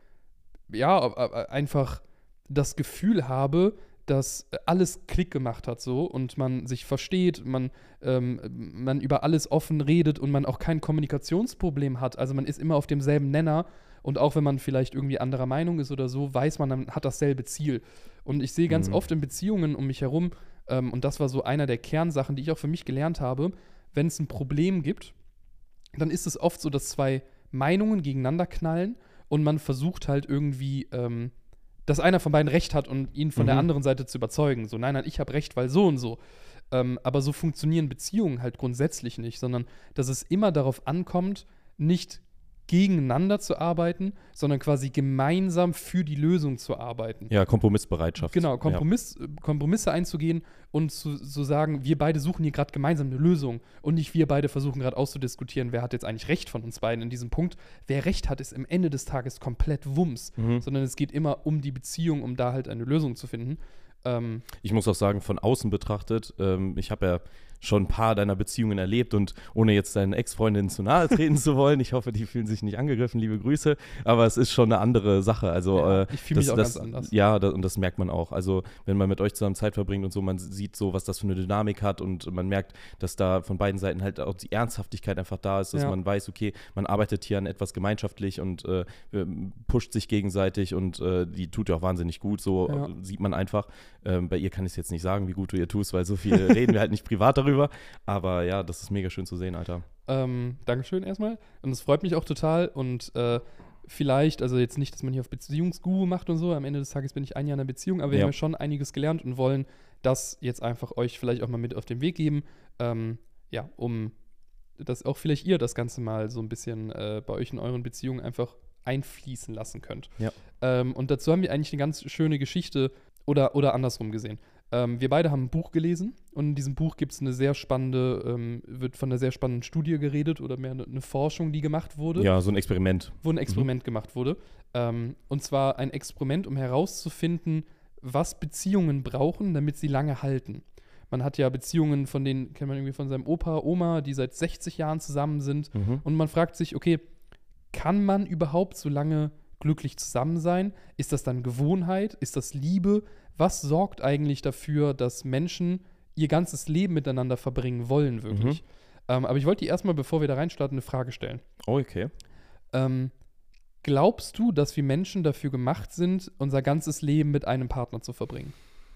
ja einfach das Gefühl habe, dass alles Klick gemacht hat so und man sich versteht, man, ähm, man über alles offen redet und man auch kein Kommunikationsproblem hat. Also man ist immer auf demselben Nenner und auch wenn man vielleicht irgendwie anderer Meinung ist oder so, weiß man, man hat dasselbe Ziel. Und ich sehe ganz Mhm. oft in Beziehungen um mich herum, ähm, und das war so einer der Kernsachen, die ich auch für mich gelernt habe, wenn es ein Problem gibt, dann ist es oft so, dass zwei Meinungen gegeneinander knallen und man versucht halt irgendwie ähm, dass einer von beiden Recht hat und ihn von Mhm. der anderen Seite zu überzeugen. So, nein, nein, ich habe Recht, weil so und so. Ähm, aber so funktionieren Beziehungen halt grundsätzlich nicht, sondern dass es immer darauf ankommt, nicht gegeneinander zu arbeiten, sondern quasi gemeinsam für die Lösung zu arbeiten. Ja, Kompromissbereitschaft. Genau, Kompromiss, äh, Kompromisse einzugehen und zu, zu sagen, wir beide suchen hier gerade gemeinsam eine Lösung und nicht wir beide versuchen gerade auszudiskutieren, wer hat jetzt eigentlich Recht von uns beiden in diesem Punkt. Wer Recht hat, ist am Ende des Tages komplett Wumms, Ja. Mhm. sondern es geht immer um die Beziehung, um da halt eine Lösung zu finden. Ähm, Ich muss auch sagen, von außen betrachtet, ähm, ich habe ja schon ein paar deiner Beziehungen erlebt und ohne jetzt deinen Ex-Freundinnen zu nahe treten zu wollen, ich hoffe, die fühlen sich nicht angegriffen, liebe Grüße, aber es ist schon eine andere Sache. Also, Ja, äh, ich fühle mich das- auch das, ganz anders. Ja, das, und das merkt man auch. Also, wenn man mit euch zusammen Zeit verbringt und so, man sieht so, was das für eine Dynamik hat und man merkt, dass da von beiden Seiten halt auch die Ernsthaftigkeit einfach da ist, dass Ja. man weiß, okay, man arbeitet hier an etwas gemeinschaftlich und äh, pusht sich gegenseitig und äh, die tut ja auch wahnsinnig gut, so Ja. äh, sieht man einfach. Ähm, bei ihr kann ich es jetzt nicht sagen, wie gut du ihr tust, weil so viel reden wir halt nicht privat darüber. Aber ja, das ist mega schön zu sehen, Alter. Ähm, Dankeschön erstmal. Und es freut mich auch total. Und äh, vielleicht, also jetzt nicht, dass man hier auf Beziehungsguru macht und so, am Ende des Tages bin ich ein Jahr in einer Beziehung, aber wir Ja. haben ja schon einiges gelernt und wollen das jetzt einfach euch vielleicht auch mal mit auf den Weg geben. Ähm, ja, um dass auch vielleicht ihr das Ganze mal so ein bisschen äh, bei euch in euren Beziehungen einfach einfließen lassen könnt. Ja. Ähm, und dazu haben wir eigentlich eine ganz schöne Geschichte oder, oder andersrum gesehen. Ähm, wir beide haben ein Buch gelesen und in diesem Buch gibt es eine sehr spannende, ähm, wird von einer sehr spannenden Studie geredet oder mehr eine, eine Forschung, die gemacht wurde, Ja, so ein Experiment. wo ein Experiment gemacht wurde. Ähm, und zwar ein Experiment, um herauszufinden, was Beziehungen brauchen, damit sie lange halten. Man hat ja Beziehungen, von denen kennt man irgendwie von seinem Opa, Oma, die seit sechzig Jahren zusammen sind. Mhm. Und man fragt sich, okay, kann man überhaupt so lange glücklich zusammen sein? Ist das dann Gewohnheit? Ist das Liebe? Was sorgt eigentlich dafür, dass Menschen ihr ganzes Leben miteinander verbringen wollen, wirklich? Ähm, aber ich wollte dir erstmal, bevor wir da reinstarten, eine Frage stellen. Oh, okay. Ähm, glaubst du, dass wir Menschen dafür gemacht sind, unser ganzes Leben mit einem Partner zu verbringen?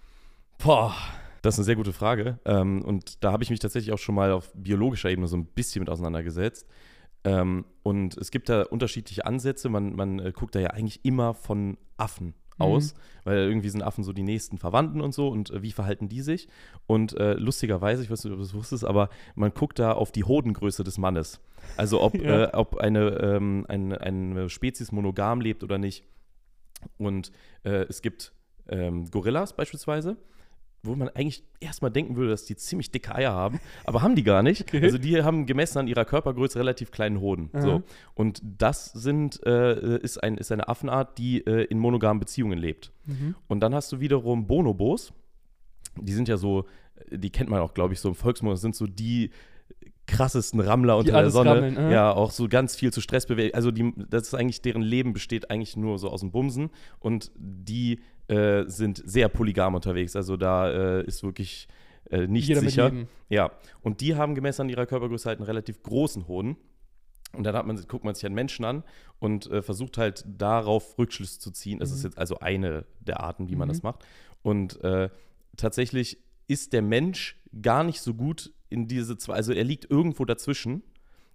Boah, das ist eine sehr gute Frage. Ähm, und da habe ich mich tatsächlich auch schon mal auf biologischer Ebene so ein bisschen mit auseinandergesetzt. Ähm, und es gibt da unterschiedliche Ansätze. Man, man äh, guckt da ja eigentlich immer von Affen aus, weil irgendwie sind Affen so die nächsten Verwandten und so und äh, wie verhalten die sich? Und äh, lustigerweise, ich weiß nicht, ob du das wusstest, aber man guckt da auf die Hodengröße des Mannes. Also ob, Ja. äh, ob eine, ähm, eine, eine Spezies monogam lebt oder nicht. Und äh, es gibt ähm, Gorillas beispielsweise, wo man eigentlich erstmal denken würde, dass die ziemlich dicke Eier haben, aber haben die gar nicht. Okay. Also die haben gemessen an ihrer Körpergröße relativ kleinen Hoden. Aha. So. Und das sind, äh, ist, ein, ist eine Affenart, die äh, in monogamen Beziehungen lebt. Mhm. Und dann hast du wiederum Bonobos. Die sind ja so, die kennt man auch, glaube ich, so im Volksmund. Das sind so die krassesten Rammler unter der alles Sonne. rammeln, äh. Ja, auch so ganz viel zu Stress bewegen. Also die, das ist eigentlich, deren Leben besteht eigentlich nur so aus dem Bumsen. Und die äh, sind sehr polygam unterwegs. Also da äh, ist wirklich äh, nichts Jeder mit sicher. Leben. Ja, und die haben gemessen an ihrer Körpergröße halt einen relativ großen Hoden. Und dann hat man, guckt man sich einen Menschen an und äh, versucht halt darauf Rückschlüsse zu ziehen. Das Mhm. ist jetzt also eine der Arten, wie man Mhm. das macht. Und äh, tatsächlich ist der Mensch gar nicht so gut in diese zwei, also er liegt irgendwo dazwischen,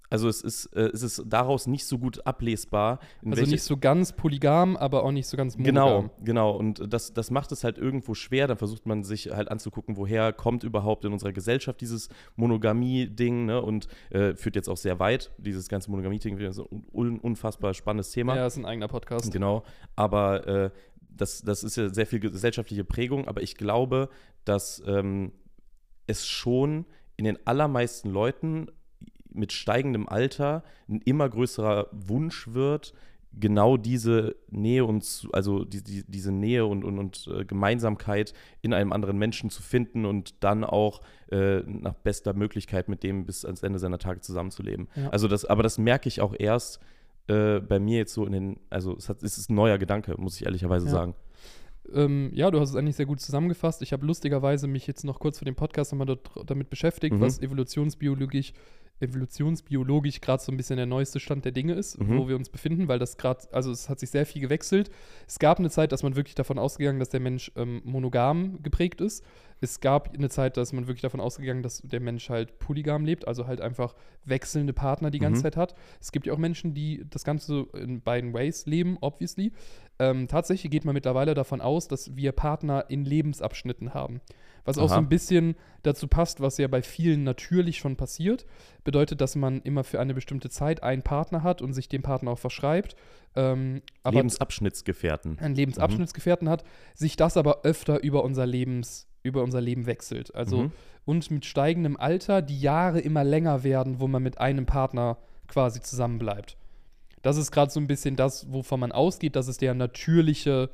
Also es ist, äh, es ist daraus nicht so gut ablesbar. In Also welche, nicht so ganz polygam, aber auch nicht so ganz monogam. Genau, genau. Und das, das macht es halt irgendwo schwer. Dann versucht man sich halt anzugucken, woher kommt überhaupt in unserer Gesellschaft dieses Monogamie-Ding, ne? Und äh, führt jetzt auch sehr weit. Dieses ganze Monogamie-Ding ist ein un- unfassbar spannendes Thema. Ja, ist ein eigener Podcast. Genau. Aber äh, das, das ist ja sehr viel gesellschaftliche Prägung. Aber ich glaube, dass ähm, es schon in den allermeisten Leuten mit steigendem Alter ein immer größerer Wunsch wird, genau diese Nähe und also die, die, diese Nähe und, und, und äh, Gemeinsamkeit in einem anderen Menschen zu finden und dann auch äh, nach bester Möglichkeit mit dem bis ans Ende seiner Tage zusammenzuleben. Ja. Also das, aber das merke ich auch erst äh, bei mir jetzt so in den, also es, hat, es ist ein neuer Gedanke, muss ich ehrlicherweise Ja. sagen. Ähm, ja, du hast es eigentlich sehr gut zusammengefasst. Ich habe lustigerweise mich jetzt noch kurz für den Podcast nochmal dort, damit beschäftigt, Mhm. was evolutionsbiologisch evolutionsbiologisch gerade so ein bisschen der neueste Stand der Dinge ist, Mhm. wo wir uns befinden, weil das gerade, also es hat sich sehr viel gewechselt. Es gab eine Zeit, dass man wirklich davon ausgegangen, dass der Mensch ähm, monogam geprägt ist. Es gab eine Zeit, dass man wirklich davon ausgegangen, dass der Mensch halt polygam lebt, also halt einfach wechselnde Partner die ganze Mhm. Zeit hat. Es gibt ja auch Menschen, die das Ganze in beiden Ways leben, obviously. Ähm, tatsächlich geht man mittlerweile davon aus, dass wir Partner in Lebensabschnitten haben. Was auch Aha. so ein bisschen dazu passt, was ja bei vielen natürlich schon passiert. Bedeutet, dass man immer für eine bestimmte Zeit einen Partner hat und sich dem Partner auch verschreibt. Ähm, aber Lebensabschnittsgefährten. einen Lebensabschnittsgefährten hat, sich das aber öfter über unser Lebens, über unser Leben wechselt. Also Mhm. und mit steigendem Alter die Jahre immer länger werden, wo man mit einem Partner quasi zusammenbleibt. Das ist gerade so ein bisschen das, wovon man ausgeht, dass es der natürliche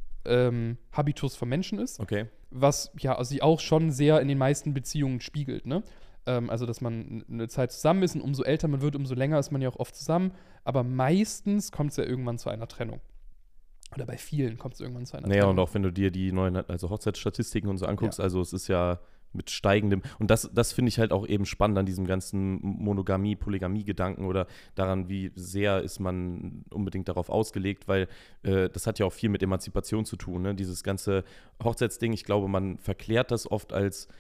ähm, Habitus von Menschen ist, Okay. was ja also sich auch schon sehr in den meisten Beziehungen spiegelt, ne? Ähm, also, dass man eine Zeit zusammen ist und umso älter man wird, umso länger ist man ja auch oft zusammen. Aber meistens kommt es ja irgendwann zu einer Trennung. Oder bei vielen kommt es irgendwann zu einer Naja, Trennung. und auch wenn du dir die neuen, also Hochzeitsstatistiken und so anguckst, Ja. also es ist ja mit steigendem, und das, das finde ich halt auch eben spannend an diesem ganzen Monogamie, Polygamie-Gedanken oder daran, wie sehr ist man unbedingt darauf ausgelegt, weil äh, das hat ja auch viel mit Emanzipation zu tun, ne? Dieses ganze Hochzeitsding, ich glaube, man verklärt das oft als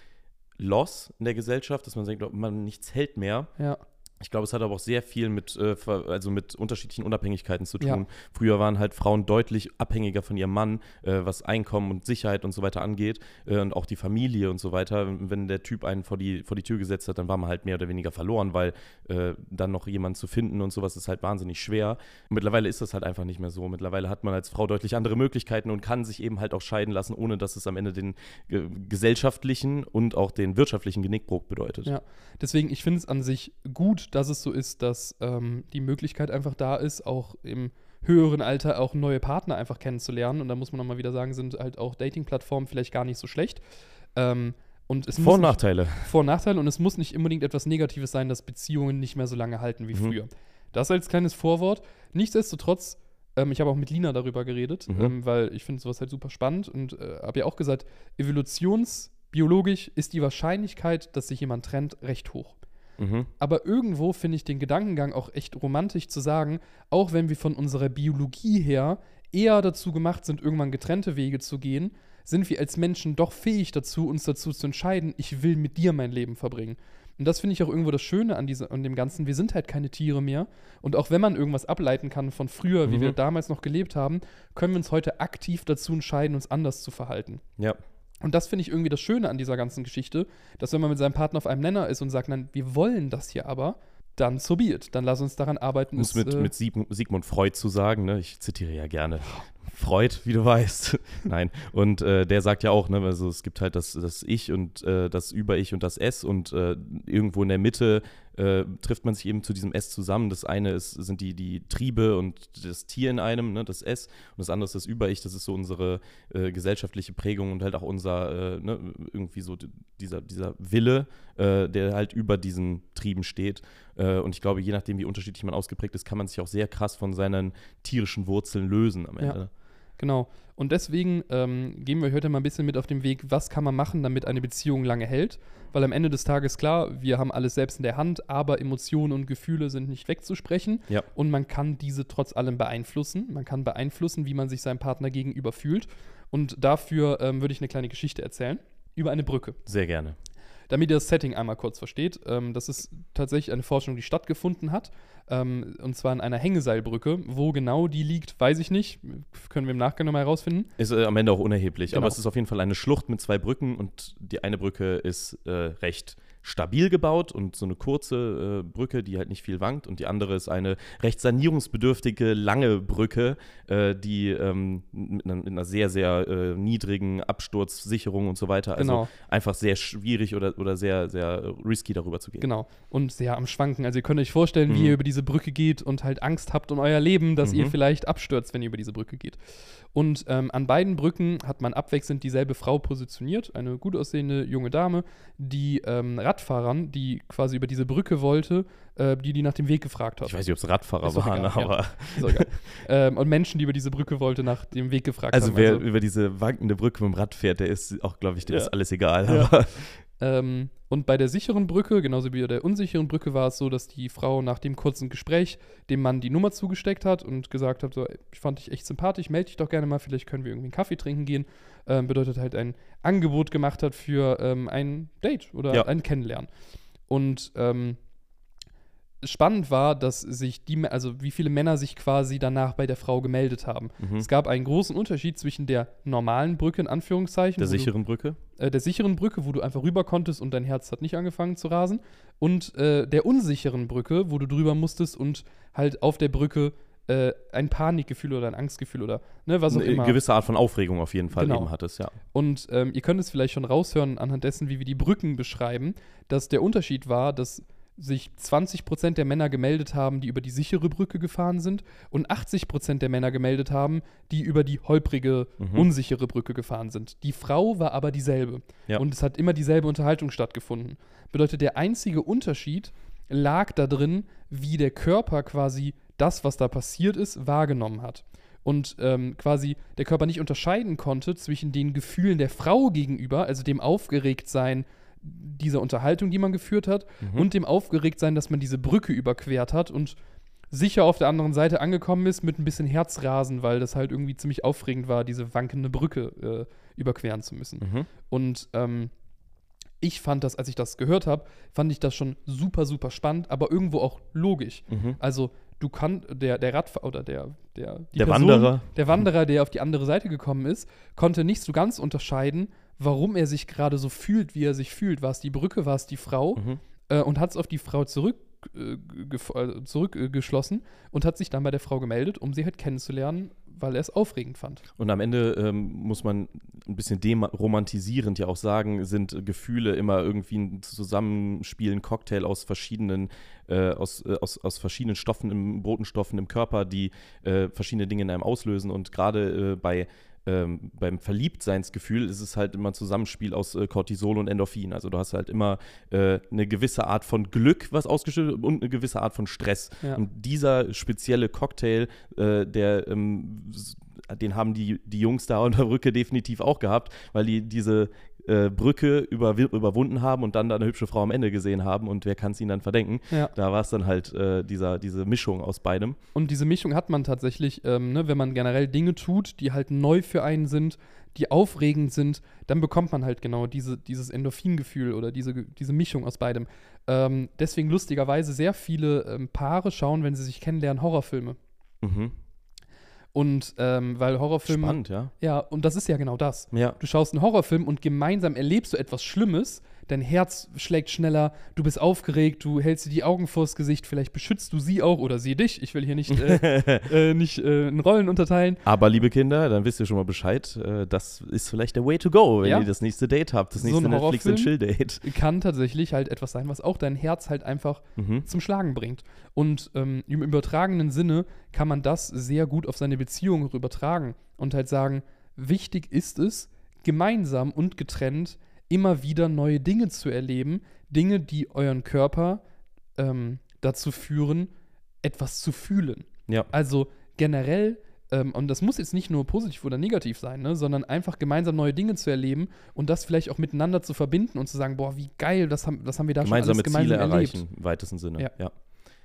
Loss in der Gesellschaft, dass man denkt, man nichts hält mehr. Ja. Ich glaube, es hat aber auch sehr viel mit, äh, ver- also mit unterschiedlichen Unabhängigkeiten zu tun. Ja. Früher waren halt Frauen deutlich abhängiger von ihrem Mann, äh, was Einkommen und Sicherheit und so weiter angeht, äh, und auch die Familie und so weiter. Wenn der Typ einen vor die, vor die Tür gesetzt hat, dann war man halt mehr oder weniger verloren, weil äh, dann noch jemanden zu finden und sowas ist halt wahnsinnig schwer. Und mittlerweile ist das halt einfach nicht mehr so. Mittlerweile hat man als Frau deutlich andere Möglichkeiten und kann sich eben halt auch scheiden lassen, ohne dass es am Ende den äh, gesellschaftlichen und auch den wirtschaftlichen Genickbruch bedeutet. Ja, deswegen, ich finde es an sich gut, dass es so ist, dass ähm, die Möglichkeit einfach da ist, auch im höheren Alter auch neue Partner einfach kennenzulernen. Und da muss man nochmal wieder sagen, sind halt auch Dating-Plattformen vielleicht gar nicht so schlecht. Ähm, und es Vor- muss und nicht- Nachteile. Vor- und Nachteile. Und es muss nicht unbedingt etwas Negatives sein, dass Beziehungen nicht mehr so lange halten wie Mhm. früher. Das als kleines Vorwort. Nichtsdestotrotz, ähm, ich habe auch mit Lina darüber geredet, Mhm. ähm, weil ich finde sowas halt super spannend und äh, habe ja auch gesagt, evolutionsbiologisch ist die Wahrscheinlichkeit, dass sich jemand trennt, recht hoch. Mhm. Aber irgendwo finde ich den Gedankengang auch echt romantisch zu sagen, auch wenn wir von unserer Biologie her eher dazu gemacht sind, irgendwann getrennte Wege zu gehen, sind wir als Menschen doch fähig dazu, uns dazu zu entscheiden, ich will mit dir mein Leben verbringen. Und das finde ich auch irgendwo das Schöne an, diese, an dem Ganzen. Wir sind halt keine Tiere mehr. Und auch wenn man irgendwas ableiten kann von früher, wie Mhm. wir damals noch gelebt haben, können wir uns heute aktiv dazu entscheiden, uns anders zu verhalten. Ja. Und das finde ich irgendwie das Schöne an dieser ganzen Geschichte, dass wenn man mit seinem Partner auf einem Nenner ist und sagt, nein, wir wollen das hier aber, dann so be it. Dann lass uns daran arbeiten. Um es es, mit, äh, mit Sieg- Sigmund Freud zu sagen, ne? Ich zitiere ja gerne Freud, wie du weißt. Nein. Und äh, der sagt ja auch, ne, also es gibt halt das, das Ich und äh, das Über-Ich und das Es und äh, irgendwo in der Mitte äh, trifft man sich eben zu diesem Es zusammen. Das eine ist, sind die, die Triebe und das Tier in einem, ne, das Es, und das andere ist das Über-Ich. Das ist so unsere äh, gesellschaftliche Prägung und halt auch unser, äh, ne, irgendwie so d- dieser, dieser Wille, äh, der halt über diesen Trieben steht. Äh, und ich glaube, je nachdem, wie unterschiedlich man ausgeprägt ist, kann man sich auch sehr krass von seinen tierischen Wurzeln lösen am Ende. Ja. Genau. Und deswegen ähm, gehen wir heute mal ein bisschen mit auf den Weg, was kann man machen, damit eine Beziehung lange hält. Weil am Ende des Tages, klar, wir haben alles selbst in der Hand, aber Emotionen und Gefühle sind nicht wegzusprechen. Ja. Und man kann diese trotz allem beeinflussen. Man kann beeinflussen, wie man sich seinem Partner gegenüber fühlt. Und dafür ähm, würde ich eine kleine Geschichte erzählen über eine Brücke. Sehr gerne. Damit ihr das Setting einmal kurz versteht, ähm, das ist tatsächlich eine Forschung, die stattgefunden hat, ähm, und zwar an einer Hängeseilbrücke. Wo genau die liegt, weiß ich nicht. Können wir im Nachgang nochmal herausfinden. Ist äh, am Ende auch unerheblich, Genau. aber es ist auf jeden Fall eine Schlucht mit zwei Brücken und die eine Brücke ist äh, recht stabil gebaut und so eine kurze äh, Brücke, die halt nicht viel wankt, und die andere ist eine recht sanierungsbedürftige, lange Brücke, äh, die ähm, mit, einer, mit einer sehr, sehr äh, niedrigen Absturzsicherung und so weiter, also Genau. einfach sehr schwierig oder, oder sehr, sehr risky darüber zu gehen. Genau. Und sehr am Schwanken. Also ihr könnt euch vorstellen, Mhm. wie ihr über diese Brücke geht und halt Angst habt um euer Leben, dass Mhm. ihr vielleicht abstürzt, wenn ihr über diese Brücke geht. Und ähm, an beiden Brücken hat man abwechselnd dieselbe Frau positioniert, eine gut aussehende junge Dame, die ähm, Radfahrern, die quasi über diese Brücke wollte, äh, die die nach dem Weg gefragt hat. Ich weiß nicht, ob es Radfahrer Ist doch waren, egal, aber ja. Ist auch egal. ähm, und Menschen, die über diese Brücke wollte, nach dem Weg gefragt also haben. wer über diese wankende Brücke mit dem Rad fährt, der ist auch, glaube ich, dem Ja. ist alles egal. Ja. Aber Ähm, und bei der sicheren Brücke, genauso wie bei der unsicheren Brücke, war es so, dass die Frau nach dem kurzen Gespräch dem Mann die Nummer zugesteckt hat und gesagt hat, so, ich fand dich echt sympathisch, melde dich doch gerne mal, vielleicht können wir irgendwie einen Kaffee trinken gehen. Ähm, bedeutet halt ein Angebot gemacht hat für ähm, ein Date oder Ja. ein Kennenlernen. Und ähm, spannend war, dass sich die, also wie viele Männer sich quasi danach bei der Frau gemeldet haben. mhm. Es gab einen großen Unterschied zwischen der normalen Brücke, in Anführungszeichen, der wo du- sicheren Brücke. äh, der sicheren Brücke, wo du einfach rüber konntest und dein Herz hat nicht angefangen zu rasen, und äh, der unsicheren Brücke, wo du drüber musstest und halt auf der Brücke äh, ein Panikgefühl oder ein Angstgefühl oder ne, was auch Eine immer. gewisse Art von Aufregung auf jeden Fall Genau. eben hattest, ja. Und ähm, ihr könnt es vielleicht schon raushören anhand dessen, wie wir die Brücken beschreiben, dass der Unterschied war, dass sich zwanzig Prozent der Männer gemeldet haben, die über die sichere Brücke gefahren sind, und achtzig Prozent der Männer gemeldet haben, die über die holprige, Mhm. unsichere Brücke gefahren sind. Die Frau war aber dieselbe. Ja. Und es hat immer dieselbe Unterhaltung stattgefunden. Bedeutet, der einzige Unterschied lag da drin, wie der Körper quasi das, was da passiert ist, wahrgenommen hat. Und ähm, quasi der Körper nicht unterscheiden konnte zwischen den Gefühlen der Frau gegenüber, also dem Aufgeregtsein dieser Unterhaltung, die man geführt hat, Mhm. und dem Aufgeregtsein, dass man diese Brücke überquert hat und sicher auf der anderen Seite angekommen ist mit ein bisschen Herzrasen, weil das halt irgendwie ziemlich aufregend war, diese wankende Brücke äh, überqueren zu müssen. Mhm. Und ähm, ich fand das, als ich das gehört habe, fand ich das schon super, super spannend, aber irgendwo auch logisch. Mhm. Also du kannst, der, der Radfahrer oder der, der, die Der Person, Wanderer. der Wanderer, der auf die andere Seite gekommen ist, konnte nicht so ganz unterscheiden, warum er sich gerade so fühlt, wie er sich fühlt. War es die Brücke, war es die Frau? Mhm. Äh, und hat es auf die Frau zurück, äh, gef- äh, zurückgeschlossen und hat sich dann bei der Frau gemeldet, um sie halt kennenzulernen, weil er es aufregend fand. Und am Ende ähm, muss man ein bisschen deromantisierend ja auch sagen, sind Gefühle immer irgendwie ein Zusammenspiel, ein Cocktail aus verschiedenen, äh, aus, äh, aus, aus verschiedenen Stoffen, im Botenstoffen im Körper, die äh, verschiedene Dinge in einem auslösen. Und gerade äh, bei Ähm, beim Verliebtseinsgefühl ist es halt immer ein Zusammenspiel aus äh, Cortisol und Endorphin. Also du hast halt immer äh, eine gewisse Art von Glück, was ausgeschüttet wird, und eine gewisse Art von Stress. Ja. Und dieser spezielle Cocktail, äh, der, ähm, s- den haben die, die Jungs da an der Brücke definitiv auch gehabt, weil die diese äh, Brücke über, überwunden haben und dann da eine hübsche Frau am Ende gesehen haben, und wer kann es ihnen dann verdenken? Ja. Da war es dann halt äh, dieser, diese Mischung aus beidem. Und diese Mischung hat man tatsächlich, ähm, ne, wenn man generell Dinge tut, die halt neu für einen sind, die aufregend sind, dann bekommt man halt genau diese, dieses Endorphingefühl oder diese, diese Mischung aus beidem. Ähm, deswegen lustigerweise sehr viele ähm, Paare schauen, wenn sie sich kennenlernen, Horrorfilme. Mhm. Und ähm, weil Horrorfilme. Spannend, ja. Ja, und das ist ja genau das. Ja. Du schaust einen Horrorfilm und gemeinsam erlebst du etwas Schlimmes, dein Herz schlägt schneller, du bist aufgeregt, du hältst dir die Augen vors Gesicht, vielleicht beschützt du sie auch oder sie dich. Ich will hier nicht, äh, äh, nicht äh, in Rollen unterteilen. Aber, liebe Kinder, dann wisst ihr schon mal Bescheid, äh, das ist vielleicht der Way to go, wenn Ja. ihr das nächste Date habt, das So nächste ein Netflix and Horrorfilm? Chill-Date. Kann tatsächlich halt etwas sein, was auch dein Herz halt einfach Mhm. zum Schlagen bringt. Und ähm, im übertragenen Sinne kann man das sehr gut auf seine Beziehung übertragen und halt sagen, wichtig ist es, gemeinsam und getrennt immer wieder neue Dinge zu erleben, Dinge, die euren Körper ähm, dazu führen, etwas zu fühlen. Ja. Also generell, ähm, und das muss jetzt nicht nur positiv oder negativ sein, ne, sondern einfach gemeinsam neue Dinge zu erleben und das vielleicht auch miteinander zu verbinden und zu sagen, boah, wie geil, das haben, das haben wir da Gemeinsame schon alles gemeinsam Ziele erlebt. erreichen, im weitesten Sinne. Ja. Ja.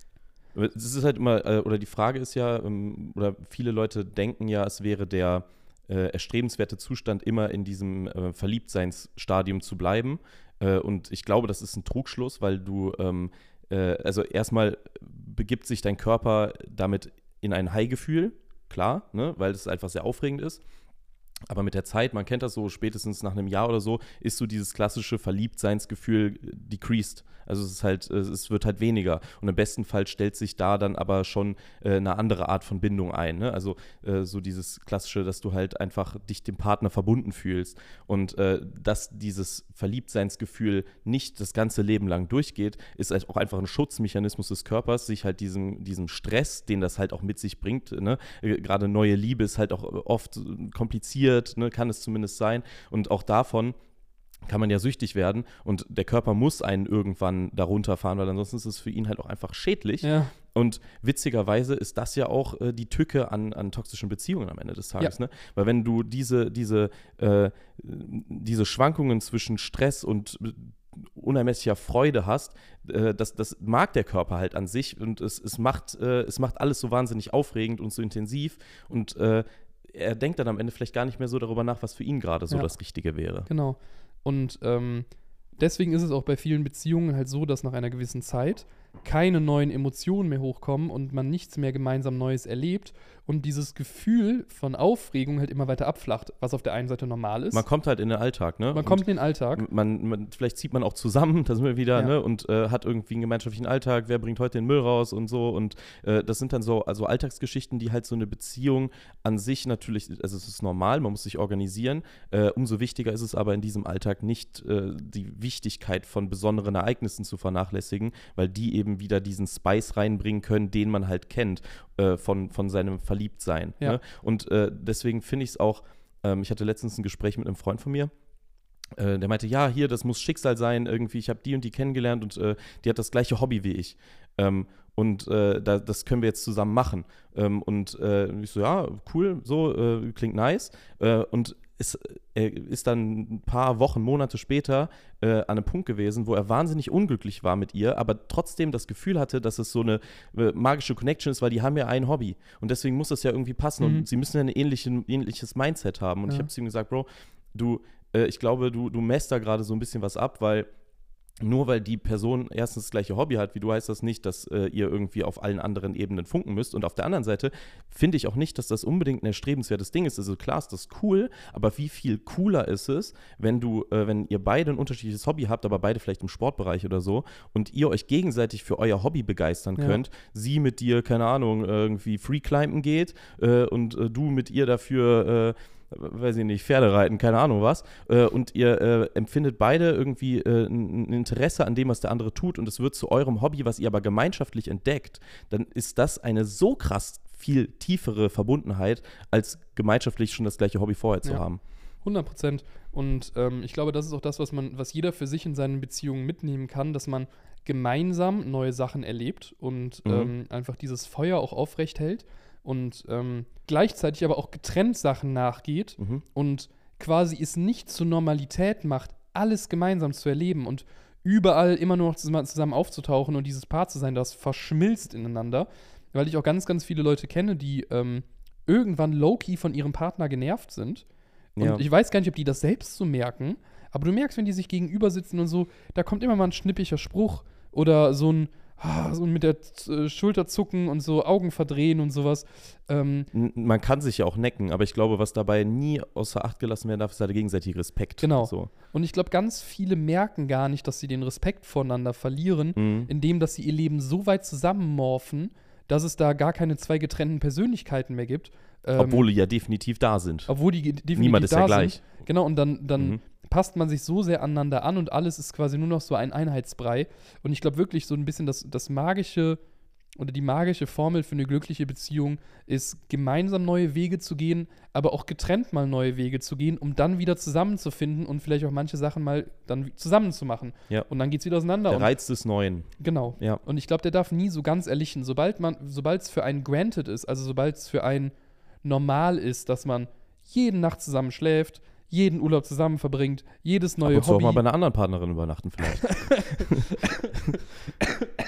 Es ist halt immer, äh, oder die Frage ist ja, ähm, oder viele Leute denken ja, es wäre der äh, erstrebenswerte Zustand, immer in diesem äh, Verliebtseinsstadium zu bleiben. Äh, und ich glaube, das ist ein Trugschluss, weil du, ähm, äh, also erstmal begibt sich dein Körper damit in ein High-Gefühl, klar, ne, weil es einfach sehr aufregend ist. Aber mit der Zeit, man kennt das so, spätestens nach einem Jahr oder so, ist so dieses klassische Verliebtseinsgefühl decreased. Also es ist halt, es wird halt weniger. Und im besten Fall stellt sich da dann aber schon äh, eine andere Art von Bindung ein. Ne? Also äh, so dieses klassische, dass du halt einfach dich dem Partner verbunden fühlst. Und äh, dass dieses Verliebtseinsgefühl nicht das ganze Leben lang durchgeht, ist halt auch einfach ein Schutzmechanismus des Körpers, sich halt diesem, diesem Stress, den das halt auch mit sich bringt. Ne? Gerade neue Liebe ist halt auch oft kompliziert, ne? Kann es zumindest sein. Und auch davon kann man ja süchtig werden und der Körper muss einen irgendwann darunter fahren, weil ansonsten ist es für ihn halt auch einfach schädlich. Ja. Und witzigerweise ist das ja auch äh, die Tücke an, an toxischen Beziehungen am Ende des Tages. Ja. Ne? Weil wenn du diese, diese, äh, diese Schwankungen zwischen Stress und unermesslicher Freude hast, äh, das, das mag der Körper halt an sich und es, es, macht, äh, es macht alles so wahnsinnig aufregend und so intensiv und äh, er denkt dann am Ende vielleicht gar nicht mehr so darüber nach, was für ihn gerade so ja. das Richtige wäre. Genau. Und ähm, deswegen ist es auch bei vielen Beziehungen halt so, dass nach einer gewissen Zeit keine neuen Emotionen mehr hochkommen und man nichts mehr gemeinsam Neues erlebt und dieses Gefühl von Aufregung halt immer weiter abflacht, was auf der einen Seite normal ist. Man kommt halt in den Alltag, ne? Man und kommt in den Alltag. Man, man, vielleicht zieht man auch zusammen, da sind wir wieder, ja. ne? Und äh, hat irgendwie einen gemeinschaftlichen Alltag, wer bringt heute den Müll raus und so und äh, das sind dann so also Alltagsgeschichten, die halt so eine Beziehung an sich natürlich, also es ist normal, man muss sich organisieren, äh, umso wichtiger ist es aber in diesem Alltag nicht äh, die Wichtigkeit von besonderen Ereignissen zu vernachlässigen, weil die eben wieder diesen Spice reinbringen können, den man halt kennt äh, von, von seinem Verliebtsein. Ja. Ne? Und äh, deswegen finde ich es auch, ähm, ich hatte letztens ein Gespräch mit einem Freund von mir, äh, der meinte, ja, hier, das muss Schicksal sein, irgendwie, ich habe die und die kennengelernt und äh, die hat das gleiche Hobby wie ich. Ähm, und äh, da, das können wir jetzt zusammen machen. Ähm, und äh, ich so, ja, cool, so, äh, klingt nice. Äh, und ist, er ist dann ein paar Wochen, Monate später äh, an einem Punkt gewesen, wo er wahnsinnig unglücklich war mit ihr, aber trotzdem das Gefühl hatte, dass es so eine äh, magische Connection ist, weil die haben ja ein Hobby. Und deswegen muss das ja irgendwie passen. Mhm. Und sie müssen ja ein ähnlichen, ähnliches Mindset haben. Und ja. ich habe zu ihm gesagt, Bro, du, äh, ich glaube, du, du messt da gerade so ein bisschen was ab, weil nur weil die Person erstens das gleiche Hobby hat wie du, heißt das nicht, dass äh, ihr irgendwie auf allen anderen Ebenen funken müsst. Und auf der anderen Seite finde ich auch nicht, dass das unbedingt ein erstrebenswertes Ding ist. Also klar ist das cool, aber wie viel cooler ist es, wenn du, äh, wenn ihr beide ein unterschiedliches Hobby habt, aber beide vielleicht im Sportbereich oder so und ihr euch gegenseitig für euer Hobby begeistern ja. könnt. Sie mit dir, keine Ahnung, irgendwie Freeclimben geht äh, und äh, du mit ihr dafür äh, weiß ich nicht, Pferde reiten, keine Ahnung was, äh, und ihr äh, empfindet beide irgendwie äh, ein Interesse an dem, was der andere tut und es wird zu eurem Hobby, was ihr aber gemeinschaftlich entdeckt, dann ist das eine so krass viel tiefere Verbundenheit, als gemeinschaftlich schon das gleiche Hobby vorher zu ja. haben. hundert Prozent. Und ähm, ich glaube, das ist auch das, was man, was jeder für sich in seinen Beziehungen mitnehmen kann, dass man gemeinsam neue Sachen erlebt und mhm. ähm, einfach dieses Feuer auch aufrecht hält. Und ähm, gleichzeitig aber auch getrennt Sachen nachgeht mhm. und quasi es nicht zur Normalität macht, alles gemeinsam zu erleben und überall immer nur noch zusammen aufzutauchen und dieses Paar zu sein, das verschmilzt ineinander. Weil ich auch ganz, ganz viele Leute kenne, die ähm, irgendwann low-key von ihrem Partner genervt sind. Und ja. ich weiß gar nicht, ob die das selbst so merken, aber du merkst, wenn die sich gegenüber sitzen und so, da kommt immer mal ein schnippischer Spruch oder so ein so mit der äh, Schulter zucken und so Augen verdrehen und sowas. Ähm, Man kann sich ja auch necken, aber ich glaube, was dabei nie außer Acht gelassen werden darf, ist der gegenseitige Respekt. Genau. So. Und ich glaube, ganz viele merken gar nicht, dass sie den Respekt voneinander verlieren, mhm. indem, dass sie ihr Leben so weit zusammenmorphen, dass es da gar keine zwei getrennten Persönlichkeiten mehr gibt. Ähm, obwohl die ja definitiv da sind. Obwohl die definitiv Niemand ist da ja gleich. Sind. Genau, und dann, dann mhm. passt man sich so sehr aneinander an und alles ist quasi nur noch so ein Einheitsbrei. Und ich glaube wirklich so ein bisschen das, das magische oder die magische Formel für eine glückliche Beziehung ist, gemeinsam neue Wege zu gehen, aber auch getrennt mal neue Wege zu gehen, um dann wieder zusammenzufinden und vielleicht auch manche Sachen mal dann zusammen zu machen. Ja. Und dann geht es wieder auseinander. Der Reiz des Neuen. Genau. Ja. Und ich glaube, der darf nie so ganz erlichen. Sobald man, sobald es für einen granted ist, also sobald es für einen normal ist, dass man jede Nacht zusammen schläft, jeden Urlaub zusammen verbringt, jedes neue Ab und zu Hobby. auch mal bei einer anderen Partnerin übernachten vielleicht.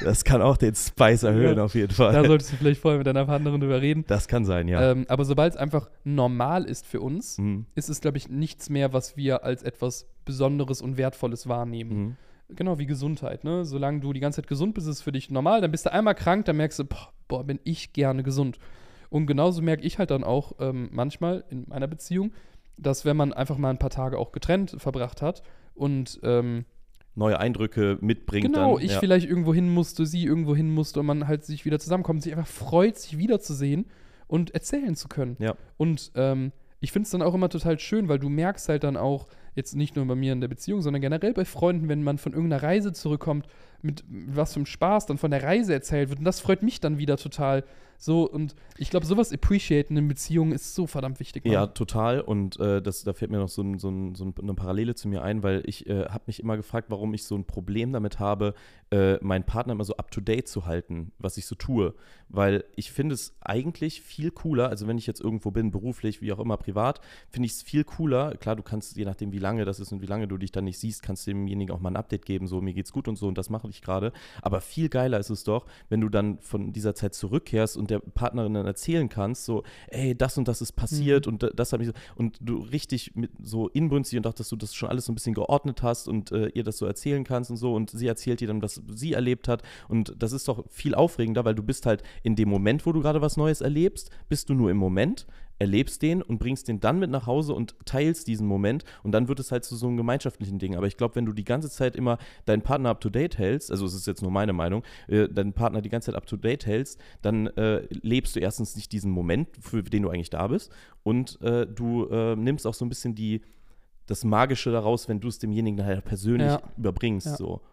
Das kann auch den Spice erhöhen, Ja. auf jeden Fall. Da solltest du vielleicht vorher mit deiner Partnerin drüber reden. Das kann sein, ja. Ähm, aber sobald es einfach normal ist für uns, Mhm. ist es, glaube ich, nichts mehr, was wir als etwas Besonderes und Wertvolles wahrnehmen. Mhm. Genau wie Gesundheit, ne? Solange du die ganze Zeit gesund bist, ist es für dich normal. Dann bist du einmal krank, dann merkst du, boah, boah bin ich gerne gesund. Und genauso merke ich halt dann auch ähm, manchmal in meiner Beziehung, dass wenn man einfach mal ein paar Tage auch getrennt verbracht hat und ähm, neue Eindrücke mitbringt genau, dann. ich ja. vielleicht irgendwo hin musste, sie irgendwo hin musste und man halt sich wieder zusammenkommt, sich einfach freut, sich wiederzusehen und erzählen zu können. Ja. Und ähm, ich finde es dann auch immer total schön, weil du merkst halt dann auch, jetzt nicht nur bei mir in der Beziehung, sondern generell bei Freunden, wenn man von irgendeiner Reise zurückkommt, mit was für einem Spaß dann von der Reise erzählt wird. Und das freut mich dann wieder total. So, und ich glaube, sowas appreciaten in Beziehungen ist so verdammt wichtig. Mann. Ja, total. Und äh, das, da fällt mir noch so, ein, so, ein, so eine Parallele zu mir ein, weil ich äh, habe mich immer gefragt, warum ich so ein Problem damit habe, äh, meinen Partner immer so up-to-date zu halten, was ich so tue. Weil ich finde es eigentlich viel cooler, also wenn ich jetzt irgendwo bin, beruflich, wie auch immer, privat, finde ich es viel cooler. Klar, du kannst, je nachdem, wie lange das ist und wie lange du dich dann nicht siehst, kannst du demjenigen auch mal ein Update geben, so, mir geht's gut und so, und das mache ich gerade. Aber viel geiler ist es doch, wenn du dann von dieser Zeit zurückkehrst und der Partnerin dann erzählen kannst, so, ey, das und das ist passiert, mhm. und das hat mich so, und du richtig mit so inbrünstig und auch, dass du das schon alles so ein bisschen geordnet hast und äh, ihr das so erzählen kannst und so, und sie erzählt dir dann, was sie erlebt hat, und das ist doch viel aufregender, weil du bist halt in dem Moment, wo du gerade was Neues erlebst, bist du nur im Moment, erlebst den und bringst den dann mit nach Hause und teilst diesen Moment, und dann wird es halt zu so einem gemeinschaftlichen Ding. Aber ich glaube, wenn du die ganze Zeit immer deinen Partner up-to-date hältst, also es ist jetzt nur meine Meinung, äh, deinen Partner die ganze Zeit up-to-date hältst, dann äh, lebst du erstens nicht diesen Moment, für den du eigentlich da bist, und äh, du äh, nimmst auch so ein bisschen die, das Magische daraus, wenn du es demjenigen halt persönlich ja. überbringst. Ja. So.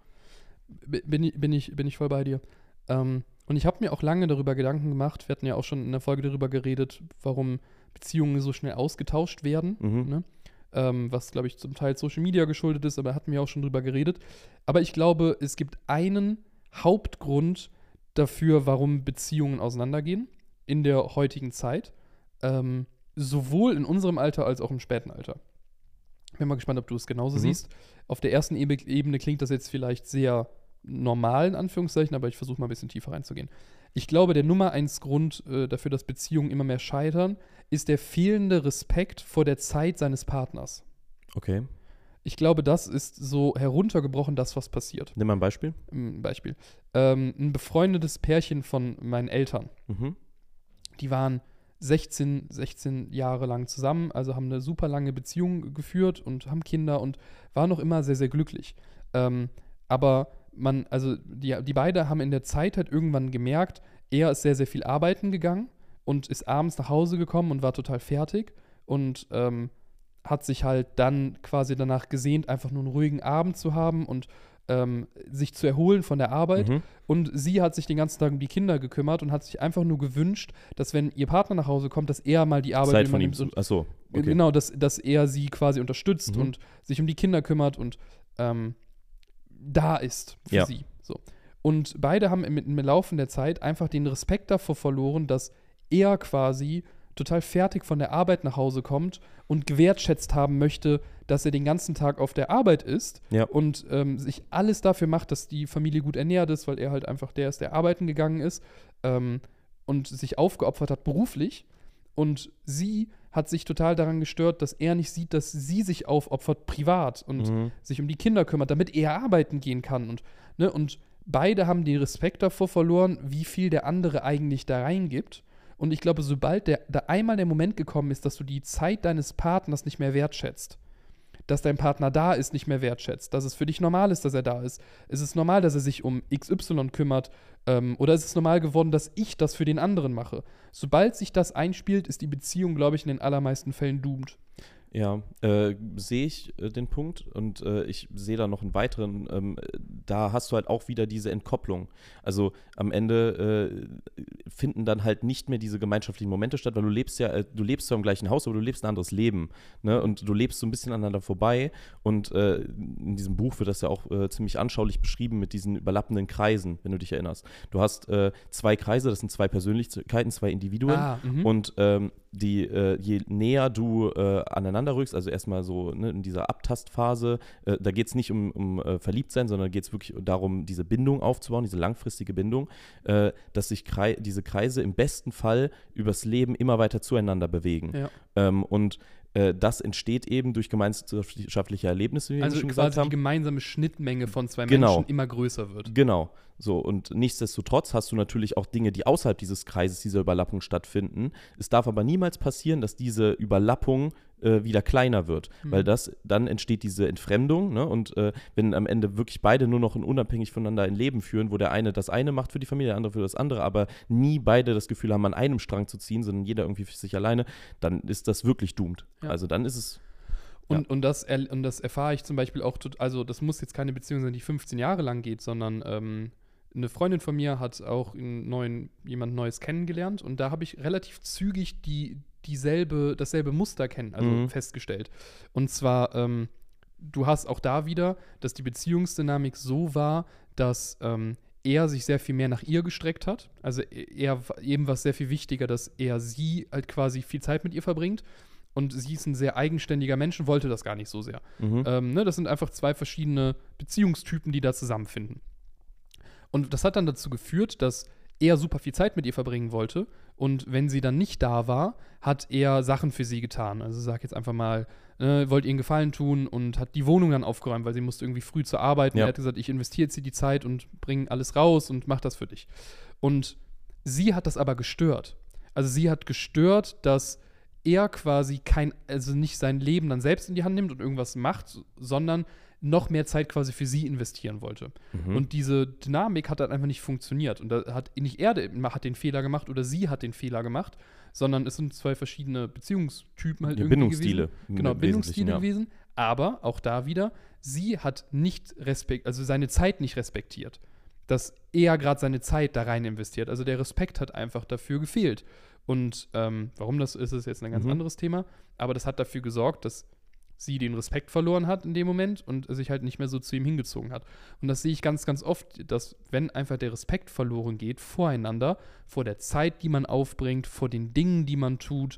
Bin ich, bin ich, bin ich voll bei dir. Ähm, und ich habe mir auch lange darüber Gedanken gemacht, wir hatten ja auch schon in der Folge darüber geredet, warum Beziehungen so schnell ausgetauscht werden, Mhm. ne? ähm, was, glaube ich, zum Teil Social Media geschuldet ist, aber hatten wir auch schon drüber geredet. Aber ich glaube, es gibt einen Hauptgrund dafür, warum Beziehungen auseinandergehen in der heutigen Zeit, ähm, sowohl in unserem Alter als auch im späten Alter. Bin mal gespannt, ob du es genauso Mhm. siehst. Auf der ersten Ebe- Ebene klingt das jetzt vielleicht sehr normal, in Anführungszeichen, aber ich versuche mal ein bisschen tiefer reinzugehen. Ich glaube, der Nummer eins Grund äh, dafür, dass Beziehungen immer mehr scheitern, ist der fehlende Respekt vor der Zeit seines Partners. Okay. Ich glaube, das ist so heruntergebrochen, das, was passiert. Nimm mal ein Beispiel. Ein Beispiel. Ähm, ein befreundetes Pärchen von meinen Eltern, Mhm. die waren sechzehn, sechzehn Jahre lang zusammen, also haben eine super lange Beziehung geführt und haben Kinder und waren noch immer sehr, sehr glücklich. Ähm, aber man, also die, die beide haben in der Zeit halt irgendwann gemerkt, er ist sehr, sehr viel arbeiten gegangen und ist abends nach Hause gekommen und war total fertig und ähm, hat sich halt dann quasi danach gesehnt, einfach nur einen ruhigen Abend zu haben und ähm, sich zu erholen von der Arbeit. Mhm. Und sie hat sich den ganzen Tag um die Kinder gekümmert und hat sich einfach nur gewünscht, dass wenn ihr Partner nach Hause kommt, dass er mal die Arbeit Zeit von ihm übernimmt. zu. Und, Achso, okay. Genau, dass, dass er sie quasi unterstützt Mhm. und sich um die Kinder kümmert und ähm, da ist für Ja. sie. So. Und beide haben im, im Laufe der Zeit einfach den Respekt davor verloren, dass er quasi total fertig von der Arbeit nach Hause kommt und gewertschätzt haben möchte, dass er den ganzen Tag auf der Arbeit ist Ja. und ähm, sich alles dafür macht, dass die Familie gut ernährt ist, weil er halt einfach der ist, der arbeiten gegangen ist ähm, und sich aufgeopfert hat beruflich. Und sie hat sich total daran gestört, dass er nicht sieht, dass sie sich aufopfert privat und Mhm. sich um die Kinder kümmert, damit er arbeiten gehen kann. Und, ne, und beide haben den Respekt davor verloren, wie viel der andere eigentlich da reingibt. Und ich glaube, sobald der, da einmal der Moment gekommen ist, dass du die Zeit deines Partners nicht mehr wertschätzt, dass dein Partner da ist, nicht mehr wertschätzt, dass es für dich normal ist, dass er da ist. Ist es normal, dass er sich um X Y kümmert? Ähm, oder ist es normal geworden, dass ich das für den anderen mache? Sobald sich das einspielt, ist die Beziehung, glaube ich, in den allermeisten Fällen doomed. Ja, äh, sehe ich äh, den Punkt, und äh, ich sehe da noch einen weiteren, ähm, da hast du halt auch wieder diese Entkopplung. Also am Ende äh, finden dann halt nicht mehr diese gemeinschaftlichen Momente statt, weil du lebst ja, äh, du lebst zwar im gleichen Haus, aber du lebst ein anderes Leben, ne? Und du lebst so ein bisschen aneinander vorbei, und äh, in diesem Buch wird das ja auch äh, ziemlich anschaulich beschrieben mit diesen überlappenden Kreisen, wenn du dich erinnerst. Du hast äh, zwei Kreise, das sind zwei Persönlichkeiten, zwei Individuen, Ah, mhm. und ähm, die, äh, je näher du äh, aneinander rückst, also erstmal so, ne, in dieser Abtastphase, äh, da geht es nicht um, um äh, Verliebtsein, sondern geht es es wirklich darum, diese Bindung aufzubauen, diese langfristige Bindung, äh, dass sich Krei- diese Kreise im besten Fall übers Leben immer weiter zueinander bewegen. Ja. Ähm, und äh, das entsteht eben durch gemeinschaftliche Erlebnisse, wie wir Also schon quasi gesagt haben. die gemeinsame Schnittmenge von zwei Genau. Menschen immer größer wird. Genau. So, und nichtsdestotrotz hast du natürlich auch Dinge, die außerhalb dieses Kreises, dieser Überlappung stattfinden. Es darf aber niemals passieren, dass diese Überlappung äh, wieder kleiner wird, Mhm. weil das, dann entsteht diese Entfremdung, ne? Und äh, wenn am Ende wirklich beide nur noch ein unabhängig voneinander ein Leben führen, wo der eine das eine macht für die Familie, der andere für das andere, aber nie beide das Gefühl haben, an einem Strang zu ziehen, sondern jeder irgendwie für sich alleine, dann ist das wirklich doomed. Ja. Also dann ist es Und, Ja. und, das, er- und das erfahre ich zum Beispiel auch, tot- also das muss jetzt keine Beziehung sein, die fünfzehn Jahre lang geht, sondern ähm, eine Freundin von mir hat auch einen neuen, jemand Neues kennengelernt und da habe ich relativ zügig die, dieselbe, dasselbe Muster kennen, also Mhm. festgestellt. Und zwar, ähm, du hast auch da wieder, dass die Beziehungsdynamik so war, dass ähm, er sich sehr viel mehr nach ihr gestreckt hat. Also er eben war es sehr viel wichtiger, dass er sie halt quasi viel Zeit mit ihr verbringt. Und sie ist ein sehr eigenständiger Mensch und wollte das gar nicht so sehr. Mhm. Ähm, ne, das sind einfach zwei verschiedene Beziehungstypen, die da zusammenfinden. Und das hat dann dazu geführt, dass er super viel Zeit mit ihr verbringen wollte. Und wenn sie dann nicht da war, hat er Sachen für sie getan. Also sag jetzt einfach mal, äh, wollte ihr einen Gefallen tun und hat die Wohnung dann aufgeräumt, weil sie musste irgendwie früh zur Arbeit. Und Ja. er hat gesagt, ich investiere jetzt hier die Zeit und bringe alles raus und mach das für dich. Und sie hat das aber gestört. Also sie hat gestört, dass er quasi kein, also nicht sein Leben dann selbst in die Hand nimmt und irgendwas macht, sondern noch mehr Zeit quasi für sie investieren wollte. Mhm. Und diese Dynamik hat dann einfach nicht funktioniert. Und da hat nicht er de- hat den Fehler gemacht oder sie hat den Fehler gemacht, sondern es sind zwei verschiedene Beziehungstypen halt Ja, irgendwie Bindungsstile. gewesen. im Genau, Wesentlichen, Bindungsstile ja. gewesen. Aber auch da wieder, sie hat nicht respekt, also seine Zeit nicht respektiert. Dass er gerade seine Zeit da rein investiert. Also der Respekt hat einfach dafür gefehlt. Und ähm, warum das ist, ist jetzt ein ganz Mhm. anderes Thema. Aber das hat dafür gesorgt, dass sie den Respekt verloren hat in dem Moment und sich halt nicht mehr so zu ihm hingezogen hat. Und das sehe ich ganz, ganz oft, dass wenn einfach der Respekt verloren geht voreinander, vor der Zeit, die man aufbringt, vor den Dingen, die man tut,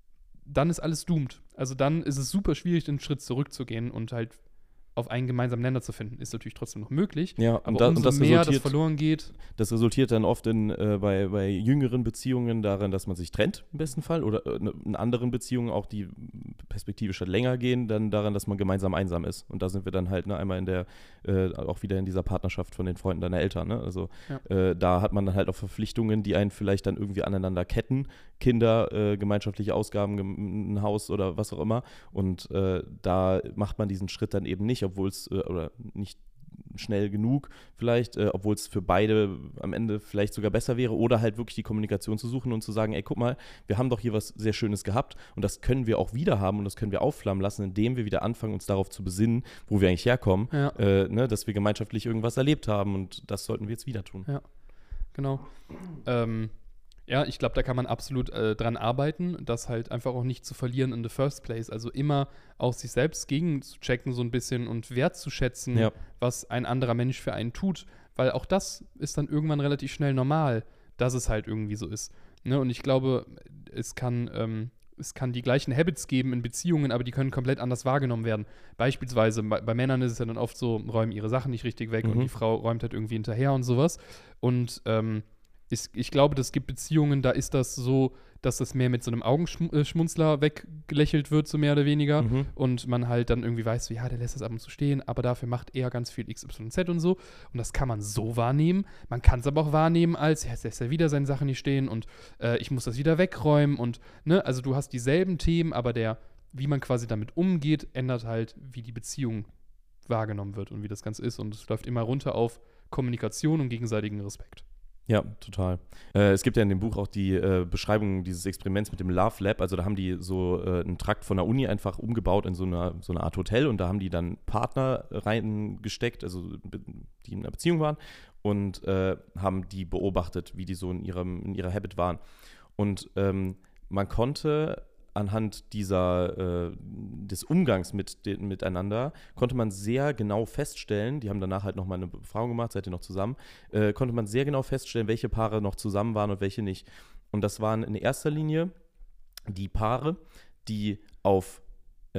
dann ist alles doomed. Also dann ist es super schwierig, den Schritt zurückzugehen und halt auf einen gemeinsamen Nenner zu finden. Ist natürlich trotzdem noch möglich, Ja, aber und, da, umso und das mehr das resultiert, verloren geht, das resultiert dann oft in, äh, bei, bei jüngeren Beziehungen darin, dass man sich trennt, im besten Fall. Oder äh, in anderen Beziehungen, auch die perspektivisch halt länger gehen, dann daran, dass man gemeinsam einsam ist. Und da sind wir dann halt ne, einmal in der, äh, auch wieder in dieser Partnerschaft von den Freunden deiner Eltern. Ne? Also Ja. äh, da hat man dann halt auch Verpflichtungen, die einen vielleicht dann irgendwie aneinander ketten. Kinder, äh, gemeinschaftliche Ausgaben, gem- ein Haus oder was auch immer. Und äh, da macht man diesen Schritt dann eben nicht, obwohl es, äh, oder nicht schnell genug vielleicht, äh, obwohl es für beide am Ende vielleicht sogar besser wäre, oder halt wirklich die Kommunikation zu suchen und zu sagen, ey, guck mal, wir haben doch hier was sehr Schönes gehabt und das können wir auch wieder haben und das können wir aufflammen lassen, indem wir wieder anfangen, uns darauf zu besinnen, wo wir eigentlich herkommen, Ja. äh, ne, dass wir gemeinschaftlich irgendwas erlebt haben und das sollten wir jetzt wieder tun. Ja. genau. Ähm, ja, ich glaube, da kann man absolut äh, dran arbeiten, das halt einfach auch nicht zu verlieren in the first place. Also immer auch sich selbst gegen zu checken so ein bisschen und wertzuschätzen, Ja. was ein anderer Mensch für einen tut. Weil auch das ist dann irgendwann relativ schnell normal, dass es halt irgendwie so ist. Ne? Und ich glaube, es kann, ähm, es kann die gleichen Habits geben in Beziehungen, aber die können komplett anders wahrgenommen werden. Beispielsweise, bei, bei Männern ist es ja dann oft so, räumen ihre Sachen nicht richtig weg und Mhm. die Frau räumt halt irgendwie hinterher und sowas. Und ähm, ich, ich glaube, es gibt Beziehungen, da ist das so, dass das mehr mit so einem Augenschmunzler weggelächelt wird, so mehr oder weniger. Mhm. Und man halt dann irgendwie weiß, so, ja, der lässt das ab und zu stehen, aber dafür macht er ganz viel X Y Z und so. Und das kann man so wahrnehmen. Man kann es aber auch wahrnehmen als, ja, jetzt lässt er wieder seine Sachen nicht stehen und äh, ich muss das wieder wegräumen. Und, ne, also du hast dieselben Themen, aber der, wie man quasi damit umgeht, ändert halt, wie die Beziehung wahrgenommen wird und wie das Ganze ist. Und es läuft immer runter auf Kommunikation und gegenseitigen Respekt. Ja, total. Äh, es gibt ja in dem Buch auch die äh, Beschreibung dieses Experiments mit dem Love Lab. Also da haben die so äh, einen Trakt von der Uni einfach umgebaut in so eine, so eine Art Hotel und da haben die dann Partner reingesteckt, also die in einer Beziehung waren und äh, haben die beobachtet, wie die so in ihrem in ihrer Habit waren. Und ähm, man konnte anhand dieser, äh, des Umgangs mit den, miteinander, konnte man sehr genau feststellen, die haben danach halt nochmal eine Befragung gemacht, seid ihr noch zusammen, äh, konnte man sehr genau feststellen, welche Paare noch zusammen waren und welche nicht. Und das waren in erster Linie die Paare, die auf äh,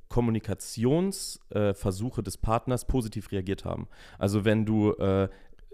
Kommunikationsversuche äh, des Partners positiv reagiert haben. Also wenn du, äh,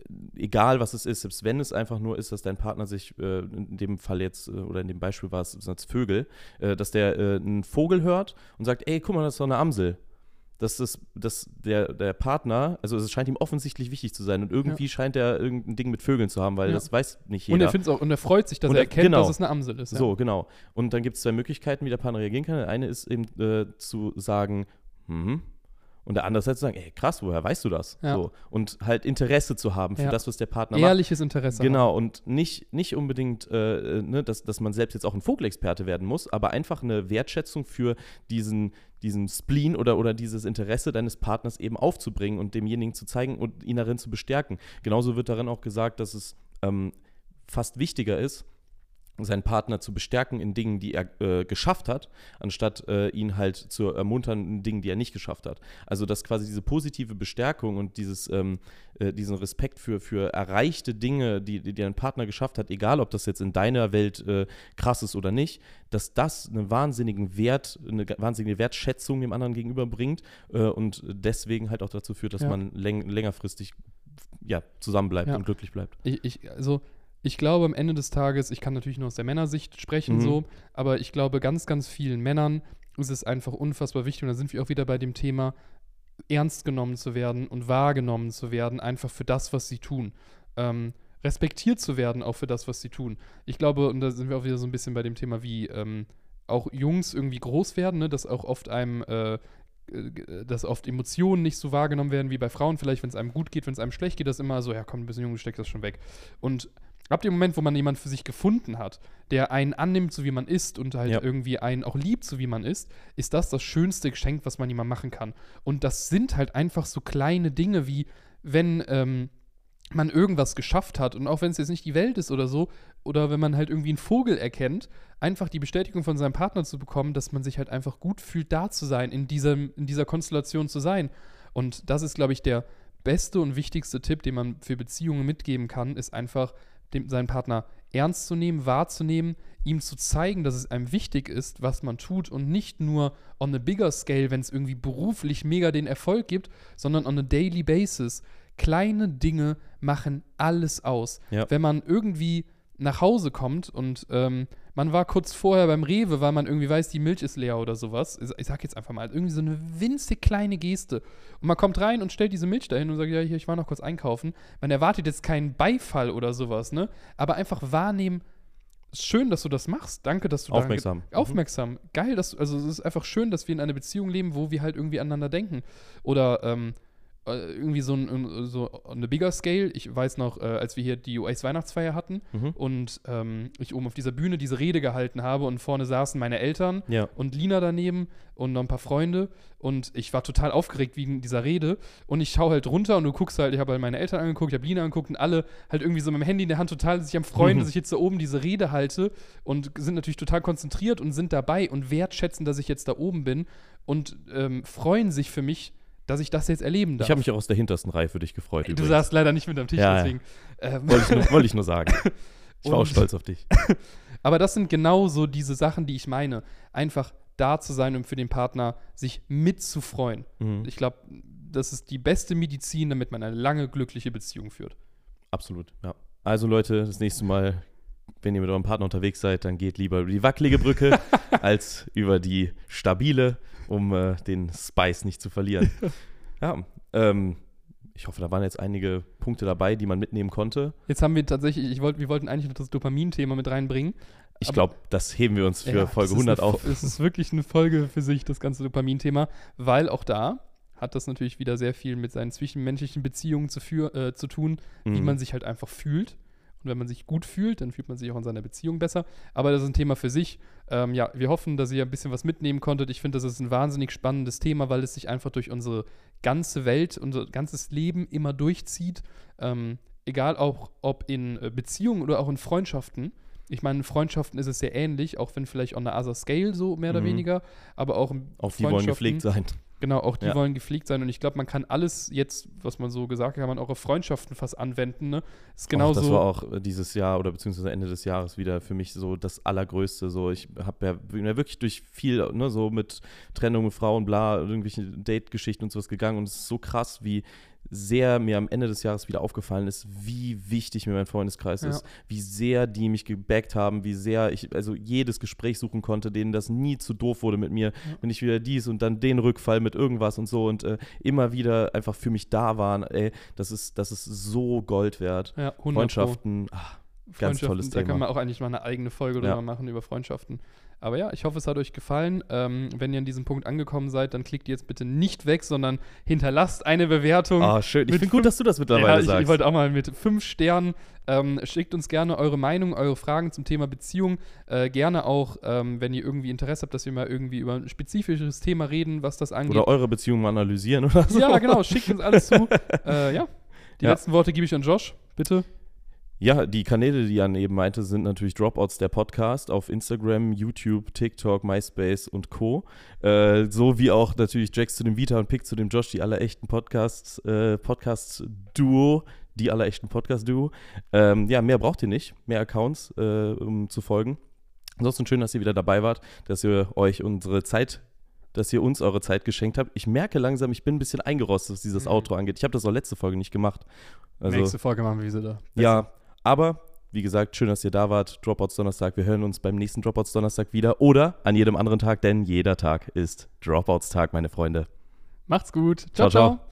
egal was es ist, selbst wenn es einfach nur ist, dass dein Partner sich, äh, in dem Fall jetzt, äh, oder in dem Beispiel war es als Vögel, äh, dass der äh, einen Vogel hört und sagt, ey, guck mal, das ist doch eine Amsel. Dass, das, dass der, der Partner, also es scheint ihm offensichtlich wichtig zu sein und irgendwie ja. scheint er irgendein Ding mit Vögeln zu haben, weil ja. das weiß nicht jeder. Und er findet auch, und er freut sich, dass und er erkennt, genau. dass es eine Amsel ist. Ja. So, genau. Und dann gibt es zwei Möglichkeiten, wie der Partner reagieren kann. Eine ist eben äh, zu sagen, hm, und der andere ist halt zu sagen, ey, krass, woher weißt du das? Ja. So. Und halt Interesse zu haben für ja. das, was der Partner Ehrliches macht. Ehrliches Interesse. Genau, haben. und nicht, nicht unbedingt, äh, ne, dass, dass man selbst jetzt auch ein Vogelexperte werden muss, aber einfach eine Wertschätzung für diesen, diesen Spleen oder, oder dieses Interesse deines Partners eben aufzubringen und demjenigen zu zeigen und ihn darin zu bestärken. Genauso wird darin auch gesagt, dass es ähm, fast wichtiger ist, seinen Partner zu bestärken in Dingen, die er äh, geschafft hat, anstatt äh, ihn halt zu ermuntern in Dingen, die er nicht geschafft hat. Also dass quasi diese positive Bestärkung und dieses, ähm, äh, diesen Respekt für, für erreichte Dinge, die, die dein Partner geschafft hat, egal ob das jetzt in deiner Welt äh, krass ist oder nicht, dass das einen wahnsinnigen Wert, eine wahnsinnige Wertschätzung dem anderen gegenüberbringt äh, und deswegen halt auch dazu führt, dass ja. man läng- längerfristig ja, zusammenbleibt ja. und glücklich bleibt. Ich, ich also Ich glaube, am Ende des Tages, ich kann natürlich nur aus der Männersicht sprechen, mhm. so, aber ich glaube, ganz, ganz vielen Männern ist es einfach unfassbar wichtig, und da sind wir auch wieder bei dem Thema, ernst genommen zu werden und wahrgenommen zu werden, einfach für das, was sie tun. Ähm, respektiert zu werden, auch für das, was sie tun. Ich glaube, und da sind wir auch wieder so ein bisschen bei dem Thema, wie ähm, auch Jungs irgendwie groß werden, ne, dass auch oft einem äh, dass oft Emotionen nicht so wahrgenommen werden wie bei Frauen, vielleicht, wenn es einem gut geht, wenn es einem schlecht geht, das immer so, ja komm, ein bisschen Junge, steck das schon weg. Und ab dem Moment, wo man jemanden für sich gefunden hat, der einen annimmt, so wie man ist und halt ja. irgendwie einen auch liebt, so wie man ist, ist das das schönste Geschenk, was man jemandem machen kann. Und das sind halt einfach so kleine Dinge, wie wenn ähm, man irgendwas geschafft hat und auch wenn es jetzt nicht die Welt ist oder so, oder wenn man halt irgendwie einen Vogel erkennt, einfach die Bestätigung von seinem Partner zu bekommen, dass man sich halt einfach gut fühlt, da zu sein, in, diesem, in dieser Konstellation zu sein. Und das ist, glaube ich, der beste und wichtigste Tipp, den man für Beziehungen mitgeben kann, ist einfach, dem, seinen Partner ernst zu nehmen, wahrzunehmen, ihm zu zeigen, dass es einem wichtig ist, was man tut und nicht nur on a bigger scale, wenn es irgendwie beruflich mega den Erfolg gibt, sondern on a daily basis. Kleine Dinge machen alles aus. Ja. Wenn man irgendwie nach Hause kommt und ähm, man war kurz vorher beim Rewe, weil man irgendwie weiß, die Milch ist leer oder sowas. Ich sag jetzt einfach mal, irgendwie so eine winzig kleine Geste. Und man kommt rein und stellt diese Milch dahin und sagt, ja, hier, ich war noch kurz einkaufen. Man erwartet jetzt keinen Beifall oder sowas, ne? Aber einfach wahrnehmen, schön, dass du das machst. Danke, dass du Aufmerksam. Da aufmerksam. Mhm. Geil, dass du, also es ist einfach schön, dass wir in einer Beziehung leben, wo wir halt irgendwie aneinander denken. Oder, ähm, irgendwie so, ein, so eine bigger scale. Ich weiß noch, äh, als wir hier die U S-Weihnachtsfeier hatten mhm. und ähm, ich oben auf dieser Bühne diese Rede gehalten habe und vorne saßen meine Eltern ja. und Lina daneben und noch ein paar Freunde und ich war total aufgeregt wegen dieser Rede und ich schaue halt runter und du guckst halt, ich habe halt meine Eltern angeguckt, ich habe Lina angeguckt und alle halt irgendwie so mit dem Handy in der Hand total sich am Freuen, mhm. dass ich jetzt da oben diese Rede halte und sind natürlich total konzentriert und sind dabei und wertschätzen, dass ich jetzt da oben bin und ähm, freuen sich für mich, dass ich das jetzt erleben darf. Ich habe mich auch aus der hintersten Reihe für dich gefreut. Du übrigens. saßt leider nicht mit am Tisch, ja, deswegen. Ja. Ähm. Wollte, ich nur, wollte ich nur sagen. Ich war auch stolz auf dich. Aber das sind genau so diese Sachen, die ich meine. Einfach da zu sein und für den Partner sich mitzufreuen. Mhm. Ich glaube, das ist die beste Medizin, damit man eine lange, glückliche Beziehung führt. Absolut, ja. Also Leute, das nächste Mal, wenn ihr mit eurem Partner unterwegs seid, dann geht lieber über die wackelige Brücke als über die stabile, um äh, den Spice nicht zu verlieren. Ja, ähm, ich hoffe, da waren jetzt einige Punkte dabei, die man mitnehmen konnte. Jetzt haben wir tatsächlich, ich wollt, wir wollten eigentlich noch das Dopamin-Thema mit reinbringen. Ich glaube, das heben wir uns für ja, Folge hundert eine, auf. Es ist wirklich eine Folge für sich, das ganze Dopamin-Thema, weil auch da hat das natürlich wieder sehr viel mit seinen zwischenmenschlichen Beziehungen zu, für, äh, zu tun, mhm. wie man sich halt einfach fühlt. Und wenn man sich gut fühlt, dann fühlt man sich auch in seiner Beziehung besser. Aber das ist ein Thema für sich. Ähm, ja, wir hoffen, dass ihr ein bisschen was mitnehmen konntet. Ich finde, das ist ein wahnsinnig spannendes Thema, weil es sich einfach durch unsere ganze Welt, unser ganzes Leben immer durchzieht. Ähm, egal auch, ob in Beziehungen oder auch in Freundschaften. Ich meine, in Freundschaften ist es sehr ähnlich, auch wenn vielleicht on a other scale so mehr oder mhm. weniger. Aber auch in Auch die wollen gepflegt sein. Genau, auch die Ja. wollen gepflegt sein und ich glaube, man kann alles jetzt, was man so gesagt hat, kann man auch auf Freundschaften fast anwenden, ne? Ist Och, genauso. das war auch äh, dieses Jahr oder beziehungsweise Ende des Jahres wieder für mich so das Allergrößte. So, ich habe ja, bin ja wirklich durch viel, ne, so mit Trennung mit Frauen, bla, irgendwelche Date-Geschichten und sowas gegangen und es ist so krass, wie sehr mir am Ende des Jahres wieder aufgefallen ist, wie wichtig mir mein Freundeskreis Ja. ist, wie sehr die mich gebackt haben, wie sehr ich also jedes Gespräch suchen konnte, denen das nie zu doof wurde mit mir, Ja. wenn ich wieder dies und dann den Rückfall mit irgendwas und so und äh, immer wieder einfach für mich da waren, ey, das ist, das ist so Gold wert. Ja, hundert Pro. Freundschaften, ah, ganz Freundschaften, tolles da Thema. kann man auch eigentlich mal eine eigene Folge Ja. drüber machen über Freundschaften. Aber ja, ich hoffe, es hat euch gefallen. Ähm, wenn ihr an diesem Punkt angekommen seid, dann klickt jetzt bitte nicht weg, sondern hinterlasst eine Bewertung. Ah, schön. Ich mit finde gut, dass du das mittlerweile ja, ich, sagst. ich wollte auch mal mit fünf Sternen. Ähm, schickt uns gerne eure Meinung, eure Fragen zum Thema Beziehung. Äh, gerne auch, ähm, wenn ihr irgendwie Interesse habt, dass wir mal irgendwie über ein spezifisches Thema reden, was das angeht. Oder eure Beziehung mal analysieren oder so. Ja, genau. Schickt uns alles zu. äh, ja, die Ja. letzten Worte gebe ich an Josh. Bitte. Ja, die Kanäle, die Jan eben meinte, sind natürlich Dropouts, der Podcast auf Instagram, YouTube, TikTok, MySpace und Co. Äh, so wie auch natürlich Jax zu dem Vita und Pick zu dem Josh, die aller echten Podcasts, äh, Podcast-Duo, die aller echten Podcast-Duo. Ähm, ja, mehr braucht ihr nicht, mehr Accounts, äh, um zu folgen. Ansonsten schön, dass ihr wieder dabei wart, dass ihr euch unsere Zeit dass ihr uns eure Zeit geschenkt habt. Ich merke langsam, ich bin ein bisschen eingerostet, was dieses Mhm. Outro angeht. Ich habe das auch letzte Folge nicht gemacht. Also, Nächste Folge machen wir sie da. ja, aber wie gesagt, schön, dass ihr da wart. Dropouts Donnerstag. Wir hören uns beim nächsten Dropouts Donnerstag wieder oder an jedem anderen Tag, denn jeder Tag ist Dropouts Tag, meine Freunde. Macht's gut. Ciao, ciao.